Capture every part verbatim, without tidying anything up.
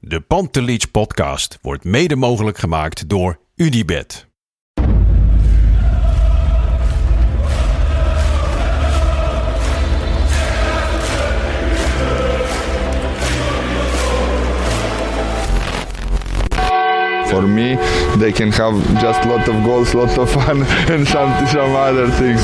De Pantelich podcast wordt mede mogelijk gemaakt door Unibet. For me, they can have just lot of goals, lot of fun and some, some other things.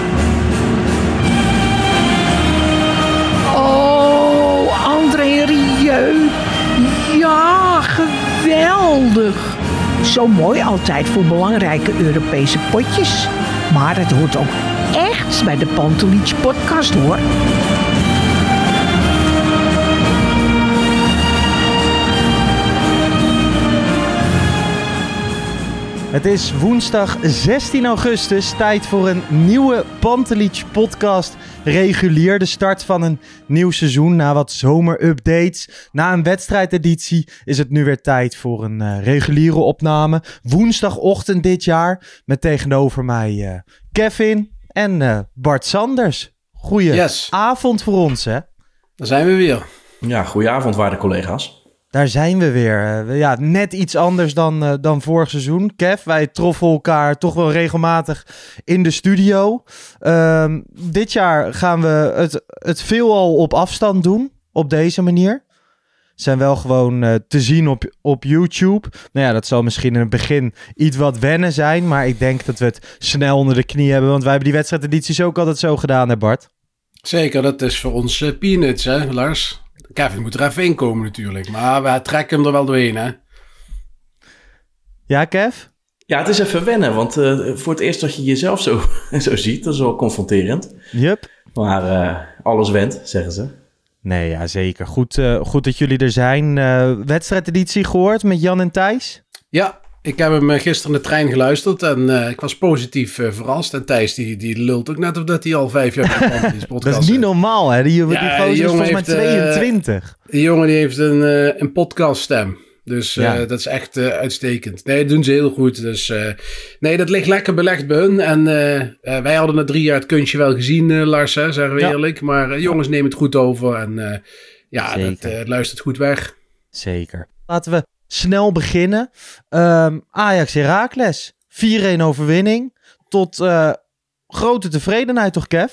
Oh, André Rieu. Ja, geweldig. Zo mooi altijd voor belangrijke Europese potjes. Maar het hoort ook echt bij de Pantelich podcast, hoor. Het is woensdag zestien augustus, tijd voor een nieuwe Pantelich podcast. Regulier de start van een nieuw seizoen. Na wat zomerupdates, na een wedstrijdeditie is het nu weer tijd voor een uh, reguliere opname. Woensdagochtend dit jaar met tegenover mij uh, Kevin en uh, Bart Sanders. Goeie yes. avond voor ons, hè? Daar zijn we weer. Ja, goedenavond waarde collega's. Daar zijn we weer. Uh, ja, net iets anders dan, uh, dan vorig seizoen. Kev, wij troffen elkaar toch wel regelmatig in de studio. Uh, dit jaar gaan we het, het veelal op afstand doen, op deze manier. Zijn wel gewoon uh, te zien op, op YouTube. Nou ja, dat zal misschien in het begin iets wat wennen zijn, maar ik denk dat we het snel onder de knie hebben, want wij hebben die wedstrijdedities ook altijd zo gedaan, hè Bart? Zeker, dat is voor ons uh, peanuts, hè Lars? Kevin moet er even in komen natuurlijk, maar we trekken hem er wel doorheen, hè? Ja, Kev? Ja, het is even wennen, want uh, voor het eerst dat je jezelf zo, zo ziet, dat is wel confronterend. Yep. Maar uh, alles went, zeggen ze. Nee, ja, zeker. Goed, uh, goed dat jullie er zijn. Uh, wedstrijdeditie gehoord met Jan en Thijs? Ja, ik heb hem gisteren in de trein geluisterd en uh, ik was positief uh, verrast. En Thijs, die, die lult ook net of dat hij al vijf jaar in de podcast Dat is niet normaal, hè? Die, ja, die gozer is volgens mij tweeëntwintig. Uh, die jongen die heeft een, uh, een podcaststem. Dus uh, ja. dat is echt uh, uitstekend. Nee, dat doen ze heel goed. Dus uh, nee, dat ligt lekker belegd bij hun. En uh, uh, wij hadden na drie jaar het kunstje wel gezien, uh, Lars, hè, zeggen we ja. eerlijk. Maar uh, jongens nemen het goed over. En uh, ja, het uh, luistert goed weg. Zeker. Laten we snel beginnen. Um, Ajax Heracles. vier-een overwinning. Tot uh, grote tevredenheid, toch, Kev?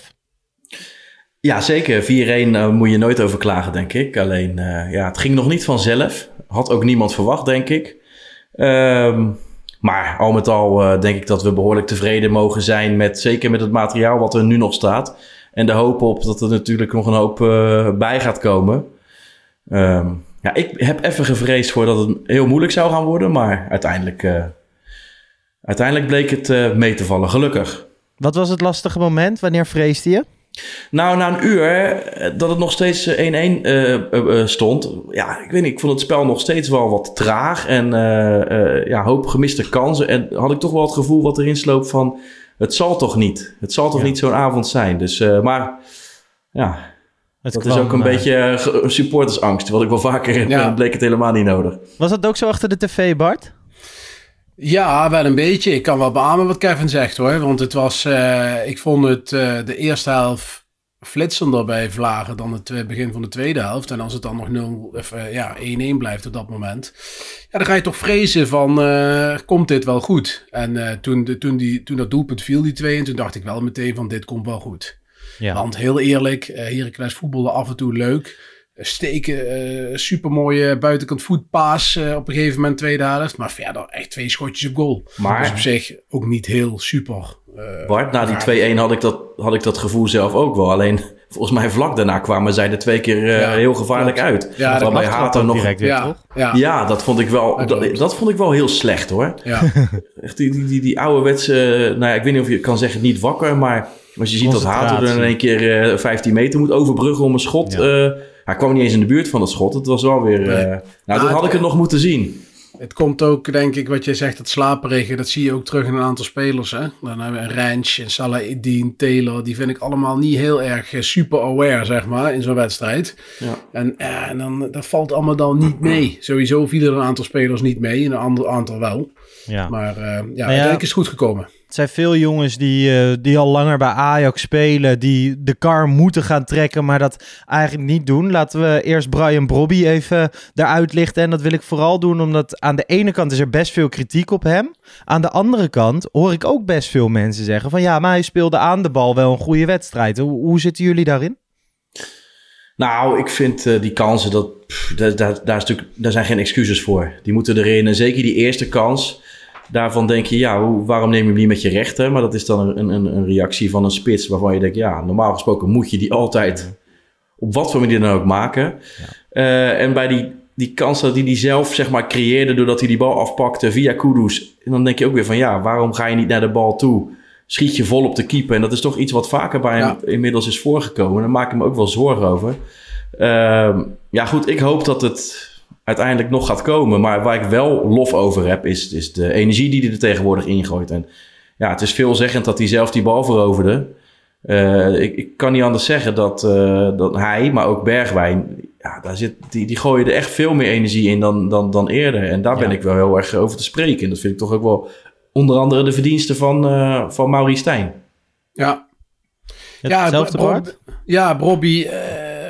Ja, zeker. vier-een uh, moet je nooit over klagen, denk ik. Alleen, uh, ja, het ging nog niet vanzelf. Had ook niemand verwacht, denk ik. Um, maar al met al uh, denk ik dat we behoorlijk tevreden mogen zijn met, zeker met het materiaal wat er nu nog staat. En de hoop op dat er natuurlijk nog een hoop uh, bij gaat komen. Um, ja, ik heb even gevreesd voor dat het heel moeilijk zou gaan worden. Maar uiteindelijk, uh, uiteindelijk bleek het uh, mee te vallen, gelukkig. Wat was het lastige moment? Wanneer vreesde je? Nou, na een uur dat het nog steeds één-één uh, uh, uh, stond. Ja, ik weet niet, ik vond het spel nog steeds wel wat traag. En uh, uh, ja, hoop gemiste kansen. En had ik toch wel het gevoel wat erin sloop van, het zal toch niet. Het zal toch ja. niet zo'n avond zijn. Dus, uh, maar ja, het dat kwam, is ook een uh, beetje uh, supportersangst. Wat ik wel vaker heb, ja. bleek het helemaal niet nodig. Was dat ook zo achter de tv, Bart? Ja, wel een beetje. Ik kan wel beamen wat Kevin zegt, hoor. Want het was, uh, ik vond het uh, de eerste helft flitsender bij Vlagen dan het begin van de tweede helft. En als het dan nog nul, of, uh, ja, één-één blijft op dat moment, ja, dan ga je toch vrezen van, uh, komt dit wel goed? En uh, toen, de, toen, die, toen dat doelpunt viel, die twee, en toen dacht ik wel meteen van, dit komt wel goed. Ja. Want heel eerlijk, uh, Heracles voetbalde af en toe leuk. Steken, uh, supermooie buitenkant voetpaas uh, op een gegeven moment tweede helft. Maar verder echt twee schotjes op goal. Maar dus op zich ook niet heel super. Uh, Bart, na die twee-één had ik, dat, had ik dat gevoel zelf ook wel. Alleen volgens mij vlak daarna kwamen zij er twee keer uh, ja, heel gevaarlijk klopt. uit. Ja, dat bij Hato nog direct weer, ja, toch? Ja, ja, dat vond ik wel, dat, dat vond ik wel heel slecht, hoor. Ja. Echt die, die, die, die ouderwetse, nou ja, ik weet niet of je kan zeggen niet wakker, maar als je ziet dat Hato er in één keer uh, vijftien meter moet overbruggen om een schot. Ja. Uh, hij kwam niet eens in de buurt van het schot. Het was wel weer... Nee. Uh, nou, nou, toen had ik het nog moeten zien. Het komt ook, denk ik, wat jij zegt, het slaperige. Dat zie je ook terug in een aantal spelers. Hè? Dan hebben we een Ranch, en Salahidin, Taylor. Die vind ik allemaal niet heel erg super aware, zeg maar, in zo'n wedstrijd. Ja. En, uh, en dan, dat valt allemaal dan niet mee. Sowieso vielen er een aantal spelers niet mee. En een ander aantal wel. Ja. Maar uh, ja, nou ja, uiteindelijk is het goed gekomen. Het zijn veel jongens die, uh, die al langer bij Ajax spelen, die de kar moeten gaan trekken, maar dat eigenlijk niet doen. Laten we eerst Brian Brobby even eruit lichten. En dat wil ik vooral doen, omdat aan de ene kant is er best veel kritiek op hem. Aan de andere kant hoor ik ook best veel mensen zeggen van ja, maar hij speelde aan de bal wel een goede wedstrijd. Hoe, hoe zitten jullie daarin? Nou, ik vind uh, die kansen, dat, pff, daar, daar, daar, is natuurlijk, daar zijn geen excuses voor. Die moeten erin. En zeker die eerste kans, daarvan denk je, ja, hoe, waarom neem je hem niet met je rechter? Maar dat is dan een, een, een reactie van een spits waarvan je denkt, ja, normaal gesproken moet je die altijd op wat voor manier dan ook maken. Ja. Uh, en bij die, die kansen die hij zelf, zeg maar, creëerde doordat hij die bal afpakte via Kudus. En dan denk je ook weer van, ja, waarom ga je niet naar de bal toe? Schiet je vol op de keeper. En dat is toch iets wat vaker bij hem ja. inmiddels is voorgekomen. Daar maak ik me ook wel zorgen over. Uh, ja goed, ik hoop dat het uiteindelijk nog gaat komen. Maar waar ik wel lof over heb, is, is de energie die hij er tegenwoordig ingooit. En ja, het is veelzeggend dat hij zelf die bal veroverde. Uh, ik, ik kan niet anders zeggen dat, uh, dat hij, maar ook Bergwijn, ja, daar zit, die, die gooien er echt veel meer energie in dan, dan, dan eerder. En daar ja. ben ik wel heel erg over te spreken. En dat vind ik toch ook wel onder andere de verdiensten van, uh, van Maurice Stijn. Ja. Ja, hetzelfde Bro- Bro- ja, Brobby, uh,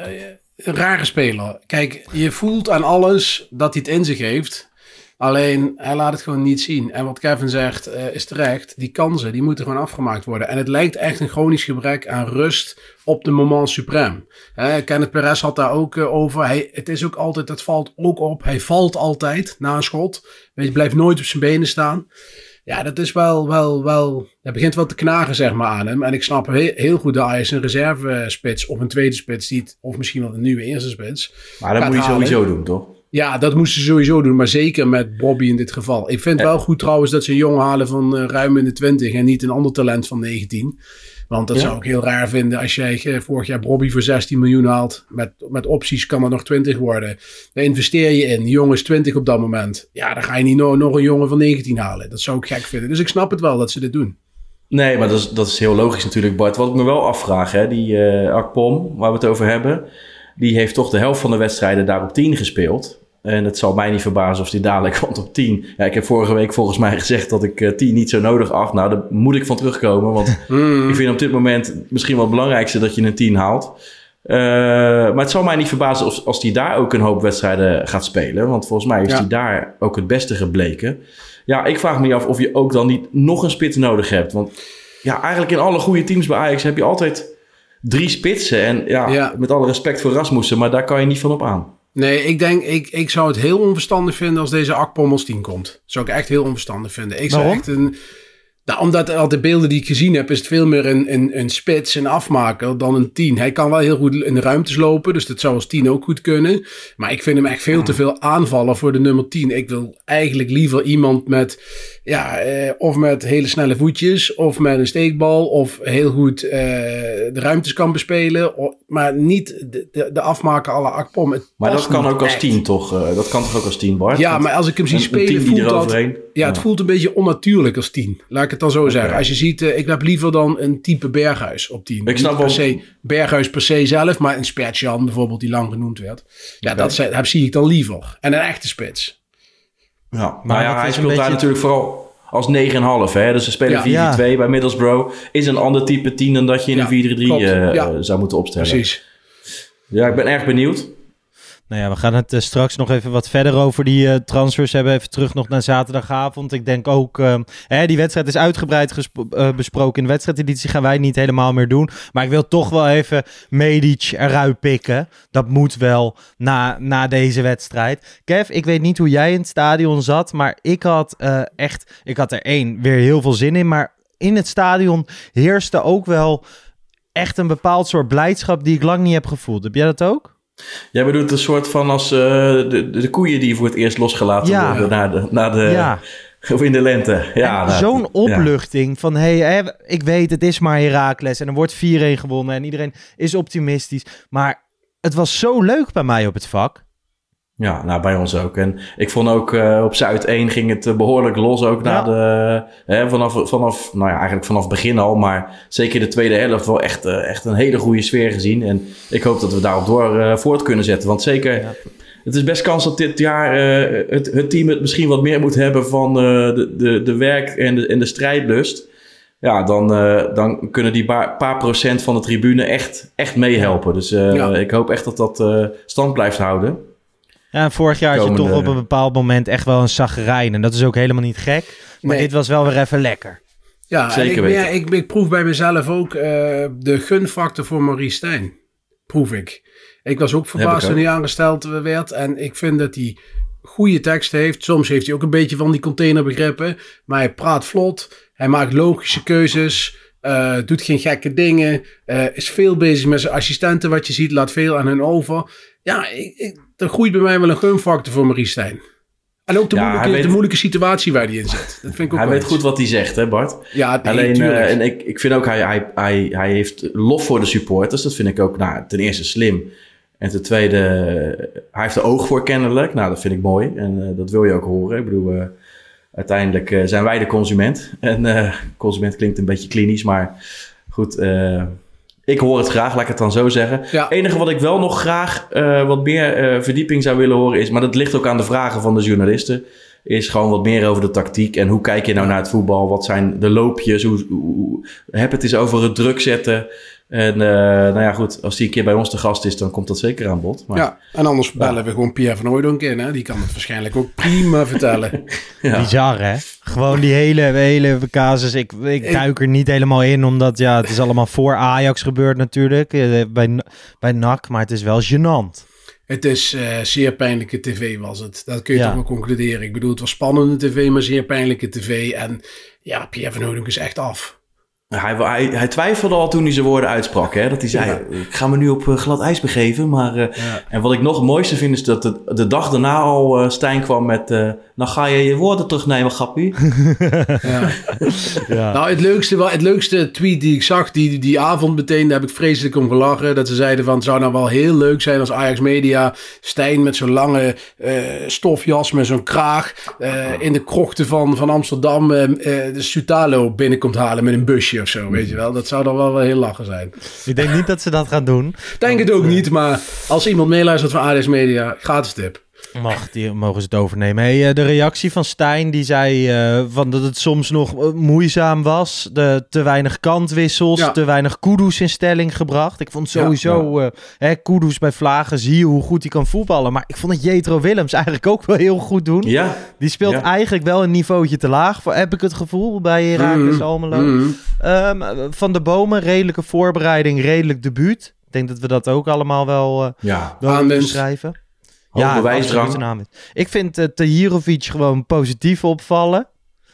een rare speler. Kijk, je voelt aan alles dat hij het in zich heeft. Alleen, hij laat het gewoon niet zien. En wat Kevin zegt, uh, is terecht. Die kansen, die moeten gewoon afgemaakt worden. En het lijkt echt een chronisch gebrek aan rust op de moment suprême. Hè, Kenneth Perez had daar ook uh, over. Hij, het is ook altijd, het valt ook op. Hij valt altijd na een schot. Weet je, blijft nooit op zijn benen staan. Ja, dat is wel, wel, wel... Dat begint wel te knagen, zeg maar, aan hem. En ik snap heel, heel goed dat Ajax een reservespits of een tweede spits, die het, of misschien wel een nieuwe eerste spits. Maar dat moet je halen. Sowieso doen, toch? Ja, dat moesten ze sowieso doen, maar zeker met Brobby in dit geval. Ik vind het wel goed trouwens dat ze een jongen halen van uh, ruim in de twintig en niet een ander talent van negentien. Want dat ja. zou ik heel raar vinden als jij uh, vorig jaar Brobby voor zestien miljoen haalt. Met, met opties kan dat nog twintig worden. Daar investeer je in. Die jongen is twintig op dat moment. Ja, dan ga je niet nog, nog een jongen van negentien halen. Dat zou ik gek vinden. Dus ik snap het wel dat ze dit doen. Nee, maar dat is, dat is heel logisch natuurlijk, Bart. Wat ik me wel afvraag, hè, die uh, Akpom, waar we het over hebben, die heeft toch de helft van de wedstrijden daar op tien gespeeld. En het zal mij niet verbazen of die dadelijk komt op tien. Ja, ik heb vorige week volgens mij gezegd dat ik uh, tien niet zo nodig af. Nou, daar moet ik van terugkomen. Want mm. ik vind op dit moment misschien wel het belangrijkste dat je een tien haalt. Uh, maar het zal mij niet verbazen of, als hij daar ook een hoop wedstrijden gaat spelen. Want volgens mij is hij ja. daar ook het beste gebleken. Ja, ik vraag me niet af of je ook dan niet nog een spits nodig hebt. Want ja, eigenlijk in alle goede teams bij Ajax heb je altijd drie spitsen. En ja, ja. met alle respect voor Rasmussen, maar daar kan je niet van op aan. Nee, ik denk, ik, ik zou het heel onverstandig vinden als deze Akpom als tien komt. Dat zou ik echt heel onverstandig vinden. Ik zou Waarom? echt een... Nou, omdat al de beelden die ik gezien heb, is het veel meer een, een, een spits, een afmaker dan een tien. Hij kan wel heel goed in de ruimtes lopen, dus dat zou als tien ook goed kunnen. Maar ik vind hem echt veel te veel aanvallen voor de nummer tien. Ik wil eigenlijk liever iemand met, ja, eh, of met hele snelle voetjes, of met een steekbal, of heel goed eh, de ruimtes kan bespelen. Of, maar niet de, de, de afmaker à la Akpom. Het maar dat kan ook als echt. tien, toch? Uh, dat kan toch ook als tien, Bart? Ja, maar als ik hem zie een, spelen, een voelt dat... Ja, ja, het voelt een beetje onnatuurlijk als tien. Laat ik het dan zo okay. zeggen. Als je ziet, uh, ik heb liever dan een type Berghuis op tien. Ik snap Niet per se Berghuis per se zelf, maar een Spertjan bijvoorbeeld, die lang genoemd werd. Ja, okay. dat, zijn, dat zie ik dan liever. En een echte spits. Ja, maar, maar ja, hij speelt daar natuurlijk vooral als negen komma vijf. Hè? Dus ze spelen vier vier twee ja. bij Middlesbrough. Is een ander type tien dan dat je in ja, een vier drie drie uh, ja. zou moeten opstellen. Precies. Ja, ik ben erg benieuwd. Nou ja, we gaan het uh, straks nog even wat verder over die uh, transfers hebben. Even terug nog naar zaterdagavond. Ik denk ook, uh, hè, die wedstrijd is uitgebreid gesp- uh, besproken. In de wedstrijdeditie gaan wij niet helemaal meer doen. Maar ik wil toch wel even Medic eruit pikken. Dat moet wel na, na deze wedstrijd. Kev, ik weet niet hoe jij in het stadion zat. Maar ik had uh, echt, ik had er één, weer heel veel zin in. Maar in het stadion heerste ook wel echt een bepaald soort blijdschap die ik lang niet heb gevoeld. Heb jij dat ook? Jij bedoelt een soort van als uh, de, de koeien die voor het eerst losgelaten ja. worden na de, na de, ja. of in de lente. Ja, nou, zo'n opluchting ja. van, hey, hè, ik weet, het is maar Heracles en er wordt vier-een gewonnen en iedereen is optimistisch. Maar het was zo leuk bij mij op het vak. Ja, nou bij ons ook. En ik vond ook uh, op Zuid één ging het uh, behoorlijk los ook ja. na de, hè, vanaf, vanaf, nou ja, eigenlijk vanaf begin al, maar zeker de tweede helft wel echt, uh, echt een hele goede sfeer gezien. En ik hoop dat we daarop door uh, voort kunnen zetten. Want zeker, ja. het is best kans dat dit jaar uh, het, het team het misschien wat meer moet hebben van uh, de, de, de werk en de, en de strijdlust. Ja, dan, uh, dan kunnen die paar, paar procent van de tribune echt, echt meehelpen. Dus uh, ja. ik hoop echt dat dat uh, stand blijft houden. Ja, en vorig jaar Komende... had je toch op een bepaald moment echt wel een zagrijn. En dat is ook helemaal niet gek. Maar nee. dit was wel weer even lekker. Ja, zeker en ik, ja, ik, ik proef bij mezelf ook uh, de gunfactor voor Maurice Stijn. Proef ik. Ik was ook verbaasd toen hij aangesteld werd. En ik vind dat hij goede tekst heeft. Soms heeft hij ook een beetje van die containerbegrippen. Maar hij praat vlot. Hij maakt logische keuzes. Uh, doet geen gekke dingen. Uh, is veel bezig met zijn assistenten. Wat je ziet, laat veel aan hen over. Ja, ik, ik, er groeit bij mij wel een gunfactor voor Maurice Stijn. En ook de, ja, moeilijke, weet, de moeilijke situatie waar hij in zit. Dat vind ik ook hij weet iets. Goed wat hij zegt, hè Bart? Ja, nee, alleen uh, en ik, ik vind ook, hij, hij, hij, hij heeft lof voor de supporters. Dat vind ik ook nou, ten eerste slim. En ten tweede, hij heeft er oog voor kennelijk. Nou, dat vind ik mooi. En uh, dat wil je ook horen. Ik bedoel, uh, uiteindelijk uh, zijn wij de consument. En uh, consument klinkt een beetje klinisch, maar goed... Uh, Ik hoor het graag, laat ik het dan zo zeggen. Het ja. enige wat ik wel nog graag uh, wat meer uh, verdieping zou willen horen is... maar dat ligt ook aan de vragen van de journalisten... is gewoon wat meer over de tactiek. En hoe kijk je nou naar het voetbal? Wat zijn de loopjes? Hoe, hoe, hoe, heb het eens over het druk zetten. En uh, nou ja, goed. Als die een keer bij ons te gast is, dan komt dat zeker aan bod. Maar, ja, en anders bellen ja. we gewoon Pierre van Hooijdonk in. Hè? Die kan het waarschijnlijk ook prima vertellen. Ja. Bizar, hè? Gewoon die hele, hele casus. Ik, ik duik er niet helemaal in, omdat ja, het is allemaal voor Ajax gebeurd natuurlijk. Bij, bij N A C, maar het is wel gênant. Het is uh, zeer pijnlijke tv was het. Dat kun je ja. toch wel concluderen. Ik bedoel, het was spannende tv, maar zeer pijnlijke tv. En ja, Pierre van Hooijdonk is echt af. Hij, hij, hij twijfelde al toen hij zijn woorden uitsprak. Hè? Dat hij zei, ja. ik ga me nu op uh, glad ijs begeven. Maar, uh, ja. En wat ik nog het mooiste vind is dat de, de dag daarna al uh, Stijn kwam met... Uh, nou ga je je woorden terugnemen, grappie. ja. ja. Nou, het leukste, het leukste tweet die ik zag die, die avond meteen... daar heb ik vreselijk om gelachen. Dat ze zeiden van, het zou nou wel heel leuk zijn als Ajax Media... Stijn met zo'n lange uh, stofjas met zo'n kraag... Uh, in de krochten van, van Amsterdam... Uh, uh, de Sutalo binnenkomt halen met een busje. Of zo, weet je wel. Dat zou dan wel, wel heel lachen zijn. Ik denk niet dat ze dat gaan doen. Denk het ook uh, niet, maar als iemand meeluistert van Ajax Media, gratis tip. Mag, die mogen ze het overnemen. Hey, de reactie van Stijn, die zei uh, van dat het soms nog moeizaam was. De, te weinig kantwissels, ja. te weinig Kudus in stelling gebracht. Ik vond sowieso, ja, ja. Uh, hè, Kudus bij Vlagen, zie je hoe goed hij kan voetballen. Maar ik vond het Jetro Willems eigenlijk ook wel heel goed doen. Ja. Die speelt ja. eigenlijk wel een niveautje te laag, voor, heb ik het gevoel, bij Heracles mm. Almelo. Mm. Um, van de Bomen, redelijke voorbereiding, redelijk debuut. Ik denk dat we dat ook allemaal wel, uh, ja. wel moeten beschrijven. Ja, bewijsdrang. Ik vind uh, Tahirovic gewoon positief opvallen.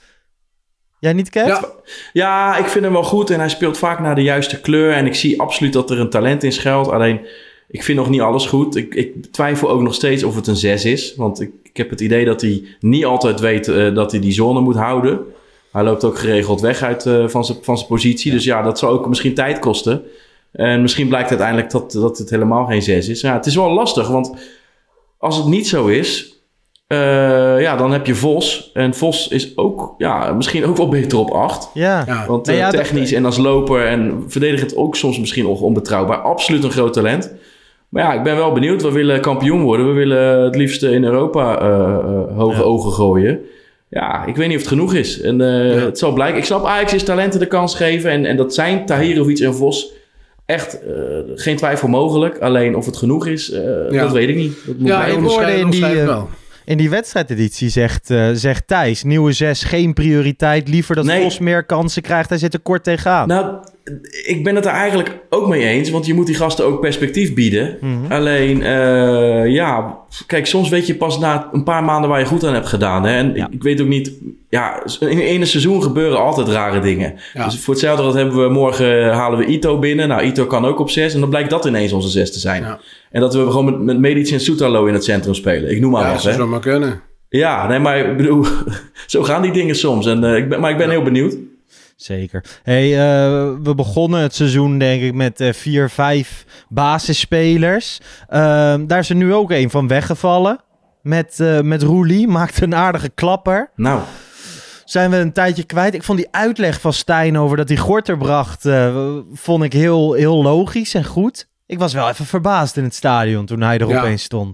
Jij niet, Kev? Ja. ja, ik vind hem wel goed en hij speelt vaak naar de juiste kleur. En ik zie absoluut dat er een talent in schuilt. Alleen, ik vind nog niet alles goed. Ik, ik twijfel ook nog steeds of het een zes is. Want ik, ik heb het idee dat hij niet altijd weet uh, dat hij die zone moet houden. Hij loopt ook geregeld weg uit uh, van zijn van zijn positie. Ja. Dus ja, dat zal ook misschien tijd kosten. En misschien blijkt uiteindelijk dat, dat het helemaal geen zes is. Ja, het is wel lastig, want... Als het niet zo is, uh, ja, dan heb je Vos. En Vos is ook, ja, misschien ook wel beter op acht. Ja. ja. Want nee, uh, ja, technisch dat... en als loper en verdedigend ook soms misschien nog onbetrouwbaar. Absoluut een groot talent. Maar ja, ik ben wel benieuwd. We willen kampioen worden. We willen het liefst in Europa uh, uh, hoge ja. ogen gooien. Ja, ik weet niet of het genoeg is. En uh, ja. het zal blijken. Ik snap Ajax is talenten de kans geven. En, en dat zijn Tahirovic en Vos... Echt uh, geen twijfel mogelijk. Alleen of het genoeg is, uh, ja. dat weet ik niet. Dat moet ja, ik hoorde in die, uh, in die wedstrijdeditie zegt, uh, zegt Thijs... nieuwe zes, geen prioriteit. Liever dat nee. Vos meer kansen krijgt. Hij zit er kort tegenaan. Nou, ik ben het er eigenlijk ook mee eens. Want je moet die gasten ook perspectief bieden. Mm-hmm. Alleen, uh, ja... Kijk, soms weet je pas na een paar maanden waar je goed aan hebt gedaan. Hè? En ja. ik, ik weet ook niet... Ja, in het ene seizoen gebeuren altijd rare dingen. Ja. Dus voor hetzelfde dat hebben we morgen... halen we Ito binnen. Nou, Ito kan ook op zes. En dan blijkt dat ineens onze zes te zijn. Ja. En dat we gewoon met, met Medic en Soetalo in het centrum spelen. Ik noem maar ja, wat. Ja, dat zou maar kunnen. Ja, nee, maar ik bedoel... zo gaan die dingen soms. En, uh, ik ben, maar ik ben ja. heel benieuwd. Zeker. Hey, uh, we begonnen het seizoen denk ik met uh, vier, vijf basisspelers. Uh, daar is er nu ook een van weggevallen. Met, uh, met Roelie. Maakte een aardige klapper. Nou. Zijn we een tijdje kwijt. Ik vond die uitleg van Stijn over dat hij Gorter bracht... Uh, vond ik heel, heel logisch en goed. Ik was wel even verbaasd in het stadion toen hij er ja. opeens stond.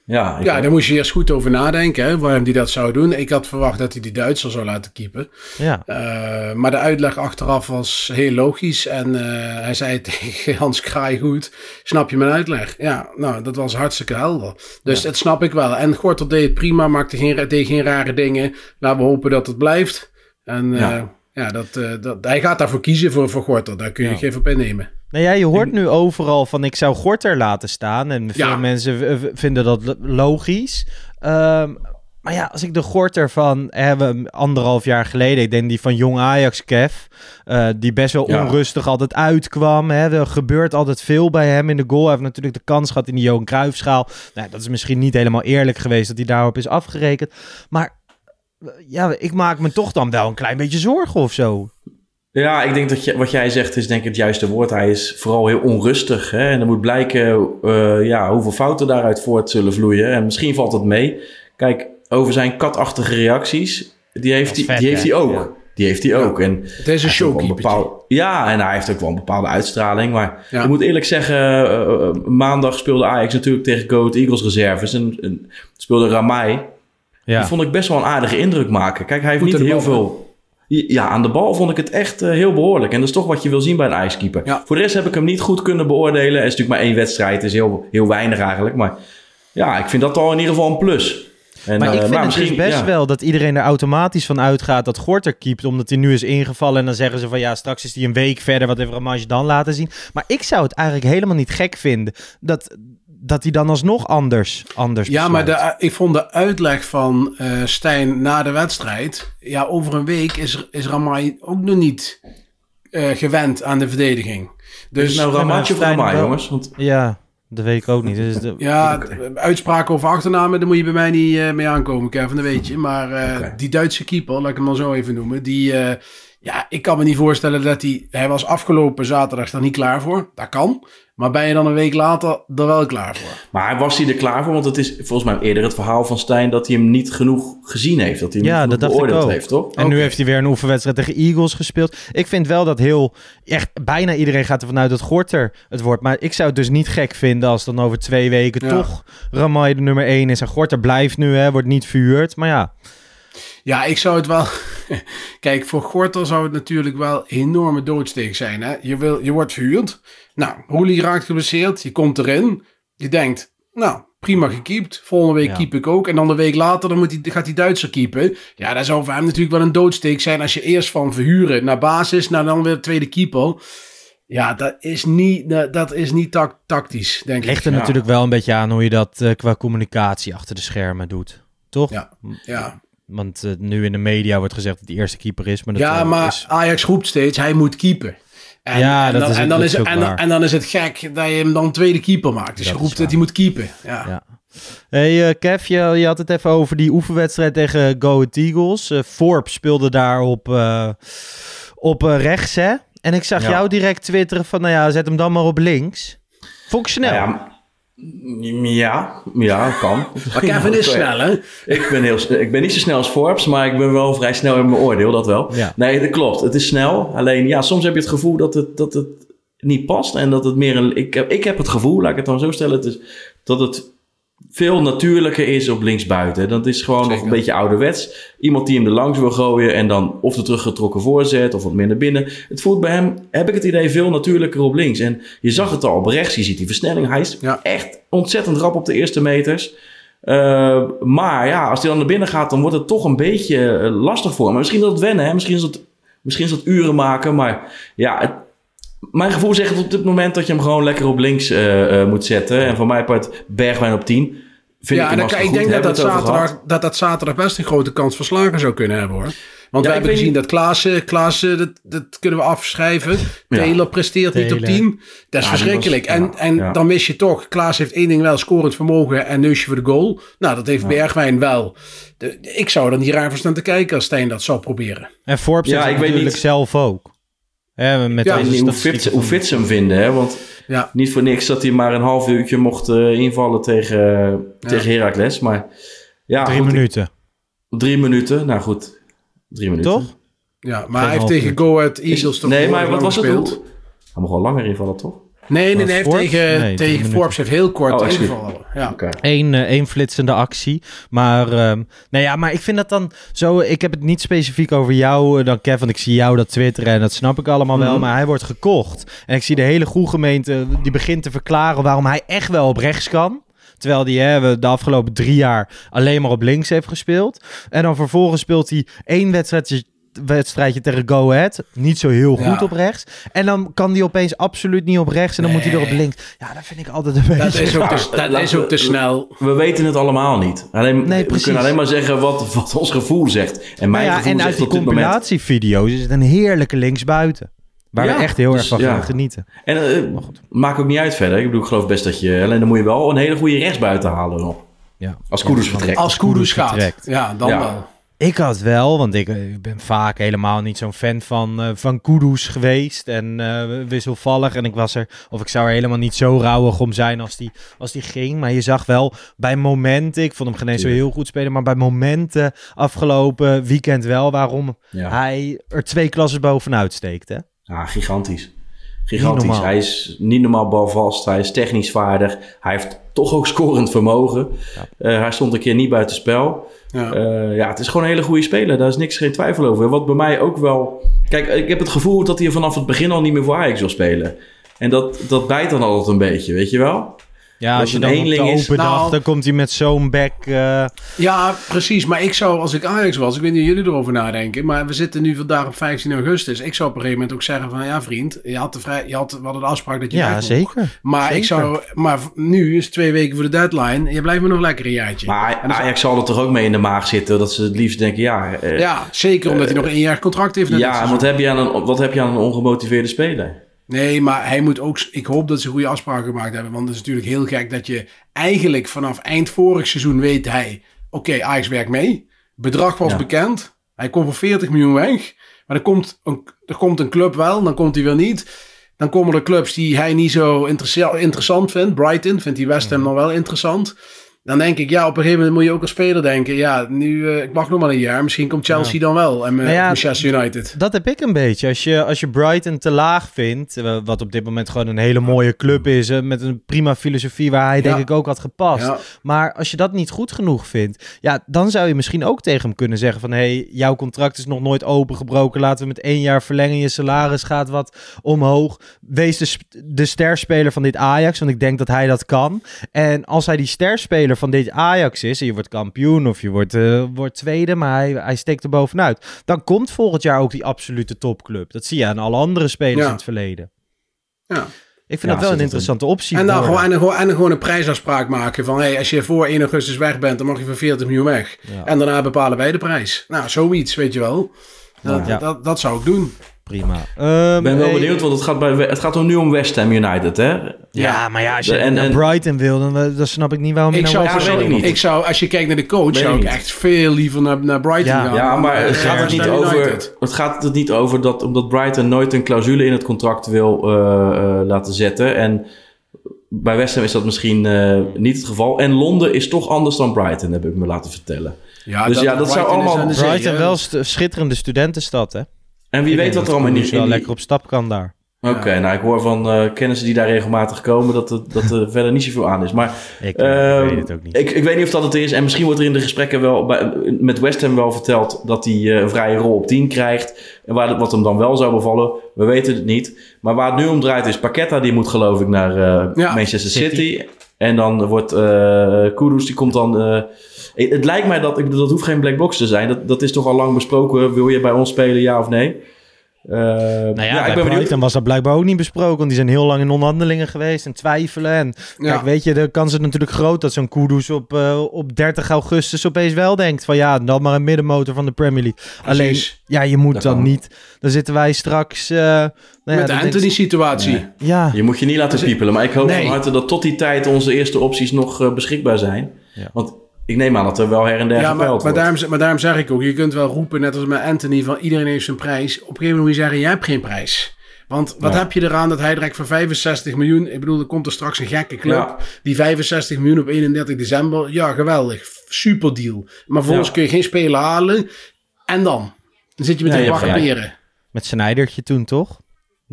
Ja, ja daar moest je eerst goed over nadenken, hè, waarom hij dat zou doen. Ik had verwacht dat hij die Duitser zou laten keepen. Ja. Uh, maar de uitleg achteraf was heel logisch. En uh, hij zei tegen Hans Kraai goed, snap je mijn uitleg? Ja, nou, dat was hartstikke helder. Dus ja. dat snap ik wel. En Gorter deed het prima, maakte geen, deed geen rare dingen. Laten we hopen dat het blijft. En uh, ja. Ja, dat, uh, dat, hij gaat daarvoor kiezen voor, voor Gorter. Daar kun je ja. geen op innemen. Nou ja, je hoort nu overal van ik zou Gorter laten staan. En veel ja. mensen v- vinden dat logisch. Um, maar ja, als ik de Gorter van hebben anderhalf jaar geleden, ik denk die van Jong Ajax, Kev, uh, die best wel ja. onrustig altijd uitkwam. Hè. Er gebeurt altijd veel bij hem in de goal. Hij heeft natuurlijk de kans gehad in de Johan Cruijffschaal. Nou, dat is misschien niet helemaal eerlijk geweest dat hij daarop is afgerekend. Maar ja, ik maak me toch dan wel een klein beetje zorgen of zo. Ja, ik denk dat je, wat jij zegt is denk ik het juiste woord. Hij is vooral heel onrustig. Hè? En er moet blijken uh, ja, hoeveel fouten daaruit voort zullen vloeien. En misschien valt het mee. Kijk, over zijn katachtige reacties, die heeft, hij, vet, die, heeft hij ook. Ja. Die heeft hij ja. ook. En het is een showkeeper. Ja, en hij heeft ook wel een bepaalde uitstraling. Maar ja. ik moet eerlijk zeggen, uh, maandag speelde Ajax natuurlijk tegen Go Ahead Eagles reserves. En, en speelde Ramai. Ja. Die vond ik best wel een aardige indruk maken. Kijk, hij heeft Goed niet heel veel... Ja, aan de bal vond ik het echt uh, heel behoorlijk. En dat is toch wat je wil zien bij een Ajax-keeper. Ja. Voor de rest heb ik hem niet goed kunnen beoordelen. Het is natuurlijk maar één wedstrijd. Het is heel, heel weinig eigenlijk. Maar ja, ik vind dat al in ieder geval een plus. En, maar ik vind uh, maar het dus best ja. wel dat iedereen er automatisch van uitgaat dat Gorter keept, omdat hij nu is ingevallen. En dan zeggen ze van ja, straks is hij een week verder. Wat heeft Ramage dan laten zien? Maar ik zou het eigenlijk helemaal niet gek vinden dat... dat hij dan alsnog anders, anders Ja, besluit. Maar de, ik vond de uitleg van uh, Stijn na de wedstrijd... Ja, over een week is, is Ramai ook nog niet uh, gewend aan de verdediging. Dus is nou Ramai of Ramai, jongens? Want... Ja, dat weet ik ook niet. Dus de... Ja, okay. Uitspraken over achternamen, daar moet je bij mij niet uh, mee aankomen, Kevin, dat weet je. Maar uh, okay. die Duitse keeper, laat ik hem dan zo even noemen... die uh, ja, ik kan me niet voorstellen dat hij... Hij was afgelopen zaterdag er niet klaar voor. Dat kan. Maar ben je dan een week later er wel klaar voor? Maar was hij er klaar voor? Want het is volgens mij eerder het verhaal van Stijn... dat hij hem niet genoeg gezien heeft. Dat hij hem ja, niet genoeg beoordeeld heeft, toch? En okay. nu heeft hij weer een oefenwedstrijd tegen Eagles gespeeld. Ik vind wel dat heel... echt bijna iedereen gaat ervan uit dat Gorter het wordt. Maar ik zou het dus niet gek vinden... als dan over twee weken ja. toch Ramai de nummer één is. En Gorter blijft nu, hè, wordt niet verhuurd. Maar ja... Ja, ik zou het wel... Kijk, voor Gorter zou het natuurlijk wel een enorme doodsteek zijn. Hè? Je, wil, je wordt verhuurd. Nou, Roelie raakt geblesseerd. Je komt erin. Je denkt, nou, prima gekiept. Volgende week ja. keep ik ook. En dan de week later dan moet die, gaat die Duitser keepen. Ja, dat zou voor hem natuurlijk wel een doodsteek zijn... als je eerst van verhuren naar basis... naar dan weer de tweede keeper... Ja, dat is niet, dat, dat is niet tact, tactisch, denk ik. Ligt er ja. natuurlijk wel een beetje aan... hoe je dat uh, qua communicatie achter de schermen doet. Toch? Ja, ja. Want uh, nu in de media wordt gezegd dat hij eerste keeper is. Maar dat ja, maar is... Ajax roept steeds, hij moet keeper. En, ja, en, dat dan, is, en, dan dat is, is en, dan, en dan is het gek dat je hem dan tweede keeper maakt. Dus dat je roept dat hij moet keeper. Ja. Ja. Hey uh, Kev, je, je had het even over die oefenwedstrijd tegen Go Ahead Eagles. Uh, Forbes speelde daar op, uh, op uh, rechts, hè? En ik zag ja. jou direct twitteren van, nou ja, zet hem dan maar op links. Vond ik snel. Nou ja, Ja, ja, kan. Maar Kevin is snel, hè? Ik ben, heel, ik ben niet zo snel als Forbes, maar ik ben wel vrij snel in mijn oordeel, dat wel. Ja. Nee, dat klopt. Het is snel. Alleen, ja, soms heb je het gevoel dat het, dat het niet past. En dat het meer een... Ik heb, ik heb het gevoel, laat ik het dan zo stellen, het is, dat het veel natuurlijker is op linksbuiten. Dat is gewoon Zeker. nog een beetje ouderwets. Iemand die hem er langs wil gooien en dan of de teruggetrokken voorzet of wat meer naar binnen. Het voelt bij hem, heb ik het idee, veel natuurlijker op links. En je zag het al op rechts, je ziet die versnelling. Hij is ja. echt ontzettend rap op de eerste meters. Uh, maar ja, als hij dan naar binnen gaat, dan wordt het toch een beetje uh, lastig voor hem. Maar misschien is dat wennen, hè? Misschien is dat, misschien is dat uren maken. Maar ja, het, mijn gevoel zegt op dit moment dat je hem gewoon lekker op links uh, uh, moet zetten. En van mij part Bergwijn op tien. Vind ja, ik, dan kan, ik denk dat dat, zaterdag, dat dat zaterdag best een grote kans verslagen zou kunnen hebben, hoor. Want ja, we hebben gezien niet... dat Klaassen, Klaassen dat, dat kunnen we afschrijven. Ja. Taylor presteert Taylor. niet op tien. Dat is ja, verschrikkelijk. Was, en ja, en ja. dan mis je toch, Klaassen heeft één ding wel, scorend vermogen en neusje voor de goal. Nou, dat heeft ja. Bergwijn wel. De, ik zou er niet raar voor staan te kijken als Stijn dat zou proberen. En Forbes ja, ik natuurlijk niet... zelf ook. He, met ja, hoe fit, hoe fit ze hem vinden, hè? Want ja. niet voor niks dat hij maar een half uurtje mocht uh, invallen tegen, ja. tegen Heracles. Maar ja, drie goed, minuten. Ik, drie minuten, nou goed. Drie minuten. Toch? Ja, maar Geen hij heeft tegen Go Ahead Eagles toch Nee, maar wat was gespeeld. het? Hij mocht wel langer invallen, toch? Nee, nee, nee. Heeft Forbes? tegen, Nee, tegen tien Forbes heeft heel kort Oh, ingevallen. Ja. Oké. Eén, uh, één flitsende actie. Maar, um, nou ja, maar ik vind dat dan zo... Ik heb het niet specifiek over jou uh, dan, Kev. Want ik zie jou dat twitteren en dat snap ik allemaal wel. Mm-hmm. Maar hij wordt gekocht. En ik zie de hele goede gemeente... die begint te verklaren waarom hij echt wel op rechts kan. Terwijl hij hè, de afgelopen drie jaar alleen maar op links heeft gespeeld. En dan vervolgens speelt hij één wedstrijdje... wedstrijdje tegen Go Ahead. Niet zo heel goed Ja. op rechts. En dan kan die opeens absoluut niet op rechts. En dan Nee. moet hij er op links. Ja, dat vind ik altijd een beetje... Dat is ook te, dat laten is ook we- te snel. We weten het allemaal niet. Alleen, Nee, we precies. kunnen alleen maar zeggen wat, wat ons gevoel zegt. En mijn Nou ja, gevoel en zegt uit die op dit moment... compilatievideo's is het een heerlijke linksbuiten. Waar Ja, we echt heel dus, erg van ja. gaan genieten. En uh, maakt ook niet uit verder. Ik bedoel, ik geloof best dat je... Alleen dan moet je wel een hele goede rechtsbuiten halen nog. Ja. Als Kudus Ja, vertrekt. Als Kudus gaat. vertrekt. Ja, dan Ja. wel. Ik had wel, want ik, ik ben vaak helemaal niet zo'n fan van, uh, van Kudus geweest. En uh, wisselvallig. En ik was er, of ik zou er helemaal niet zo rauwig om zijn als die, als die ging. Maar je zag wel bij momenten, ik vond hem geen eens zo heel goed spelen. Maar bij momenten afgelopen weekend wel waarom Ja. hij er twee klassen bovenuit steekt. Hè? Ja, gigantisch. Gigantisch. normaal. Hij is niet normaal balvast. Hij is technisch vaardig. Hij heeft toch ook scorend vermogen. Ja. Uh, hij stond een keer niet buiten spel. Ja. Uh, ja, het is gewoon een hele goede speler. Daar is niks, geen twijfel over. Wat bij mij ook wel... Kijk, ik heb het gevoel dat hij vanaf het begin al niet meer voor Ajax wil spelen. En dat, dat bijt dan altijd een beetje, weet je wel? Ja, Dat als je een dan op de eenling is. open dag, Nou- dan komt hij met zo'n bek... Uh, Ja, precies. Maar ik zou, als ik Ajax was, ik weet niet hoe jullie erover nadenken, maar we zitten nu vandaag op vijftien augustus. Ik zou op een gegeven moment ook zeggen van, ja vriend, je had de, vrij, je had, we hadden de afspraak dat je weg ja, mocht. zeker. Maar Zeker. ik zou, maar nu is het twee weken voor de deadline. Je blijft me nog lekker een jaartje. Maar En dan- Ajax zal er toch ook mee in de maag zitten. Dat ze het liefst denken, ja... Uh, Ja, zeker omdat hij nog één jaar contract heeft. na dit ja, en seizoen. wat heb, je aan een, wat heb je aan een ongemotiveerde speler? Nee, maar hij moet ook... Ik hoop dat ze goede afspraken gemaakt hebben. Want het is natuurlijk heel gek dat je eigenlijk vanaf eind vorig seizoen weet hij... Oké, okay, Ajax werkt mee. Bedrag was Ja. bekend. Hij komt voor veertig miljoen weg. Maar er komt, een, er komt een club wel, dan komt hij weer niet. Dan komen er clubs die hij niet zo interessa- interessant vindt. Brighton vindt hij West Ham nog wel interessant. Dan denk ik, ja, op een gegeven moment moet je ook als speler denken... Ja, nu, uh, ik wacht nog maar een jaar. Misschien komt Chelsea Ja. dan wel. En uh, Nou ja, Manchester United. Dat heb ik een beetje. Als je, als je Brighton te laag vindt, uh, wat op dit moment gewoon een hele mooie club is, uh, met een prima filosofie waar hij Ja. denk ik ook had gepast. Ja. Maar als je dat niet goed genoeg vindt, ja, dan zou je misschien ook tegen hem kunnen zeggen van, hé, hey, jouw contract is nog nooit opengebroken, laten we met één jaar verlengen, je salaris gaat wat omhoog. Wees de, sp- de sterspeler van dit Ajax, want ik denk dat hij dat kan. En als hij die sterspeler van dit Ajax is, en je wordt kampioen of je wordt, uh, wordt tweede, maar hij, hij steekt er bovenuit, dan komt volgend jaar ook die absolute topclub. Dat zie je aan alle andere spelers Ja. in het verleden. Ja. Ik vind Ja, dat wel zit een het interessante optie. En dan, worden. gewoon, en, dan gewoon, en dan gewoon een prijsafspraak maken van... Hey, als je voor één augustus weg bent, dan mag je voor veertig miljoen weg. Ja. En daarna bepalen wij de prijs. Nou, zoiets, weet je wel. Dat, Ja. dat, dat zou ik doen. Prima. Um, Ik ben wel hey, benieuwd, want het gaat, bij, het gaat er nu om West Ham United, hè? Ja, maar ja, als je En- naar en- Brighton wil, dan, dan snap ik niet waarom je Ik nou zou, Ja, West Ham weet ik persoonlijk- niet. ik zou, als je kijkt naar de coach, Weet zou ik ik niet. echt veel liever naar, naar Brighton Ja. gaan. Ja, dan maar naar, het eh, gaat, het, West niet Ham over, United. het gaat het niet over dat omdat Brighton nooit een clausule in het contract wil uh, uh, laten zetten. En bij West Ham is dat misschien uh, niet het geval. En Londen is toch anders dan Brighton, heb ik me laten vertellen. Ja, Dus ja, dat zou Brighton is allemaal- aan de zee, Brighton hè. wel een st- schitterende studentenstad, hè? En wie Ik weet denk wat er allemaal Koen niet wel in die- lekker op stap kan daar. Oké, Ja. nou ik hoor van uh, kennissen die daar regelmatig komen dat, het, dat er verder niet zoveel aan is. Maar Ik uh, weet het ook niet. Ik, ik weet niet of dat het is. En misschien wordt er in de gesprekken wel bij, met West Ham wel verteld dat hij uh, een vrije rol op tien krijgt. En waar, wat hem dan wel zou bevallen, we weten het niet. Maar waar het nu om draait is Paqueta, die moet geloof ik naar uh, Ja, Manchester City. City. En dan wordt uh, Kudus, die komt dan... Uh, het lijkt mij dat, ik bedoel, dat hoeft geen black box te zijn. Dat, dat is toch al lang besproken. Wil je bij ons spelen, ja of nee? Uh, Nou ja, ja, bij ik ben Brighton was dat blijkbaar ook niet besproken. Want die zijn heel lang in onderhandelingen geweest en twijfelen. En Ja. kijk, weet je, de kans is natuurlijk groot dat zo'n Kudus op, uh, op dertig augustus opeens wel denkt van ja, dan maar een middenmotor van de Premier League. Alleen, Precies. ja, je moet Dat dan kan. niet. Dan zitten wij straks... Uh, nou ja, Met de dan denk ik- Anthony-situatie. Nee. Ja, Je moet je niet laten Dus ik- piepelen. Maar ik hoop Nee. van harte dat tot die tijd onze eerste opties nog uh, beschikbaar zijn. Ja. Want ik neem aan dat er wel her en der Ja, maar, gepeild maar, wordt. daarom, maar daarom zeg ik ook, je kunt wel roepen, net als met Anthony, van iedereen heeft zijn prijs. Op een gegeven moment moet je zeggen, jij hebt geen prijs. Want wat Ja. heb je eraan dat hij direct voor vijfenzestig miljoen... Ik bedoel, er komt er straks een gekke club. Ja. Die vijfenzestig miljoen op eenendertig december. Ja, geweldig. Super deal. Maar vervolgens Ja. kun je geen speler halen. En dan? Dan zit je met Ja, een je pak hebt gelijk. peren. met Sneijdertje toen toch?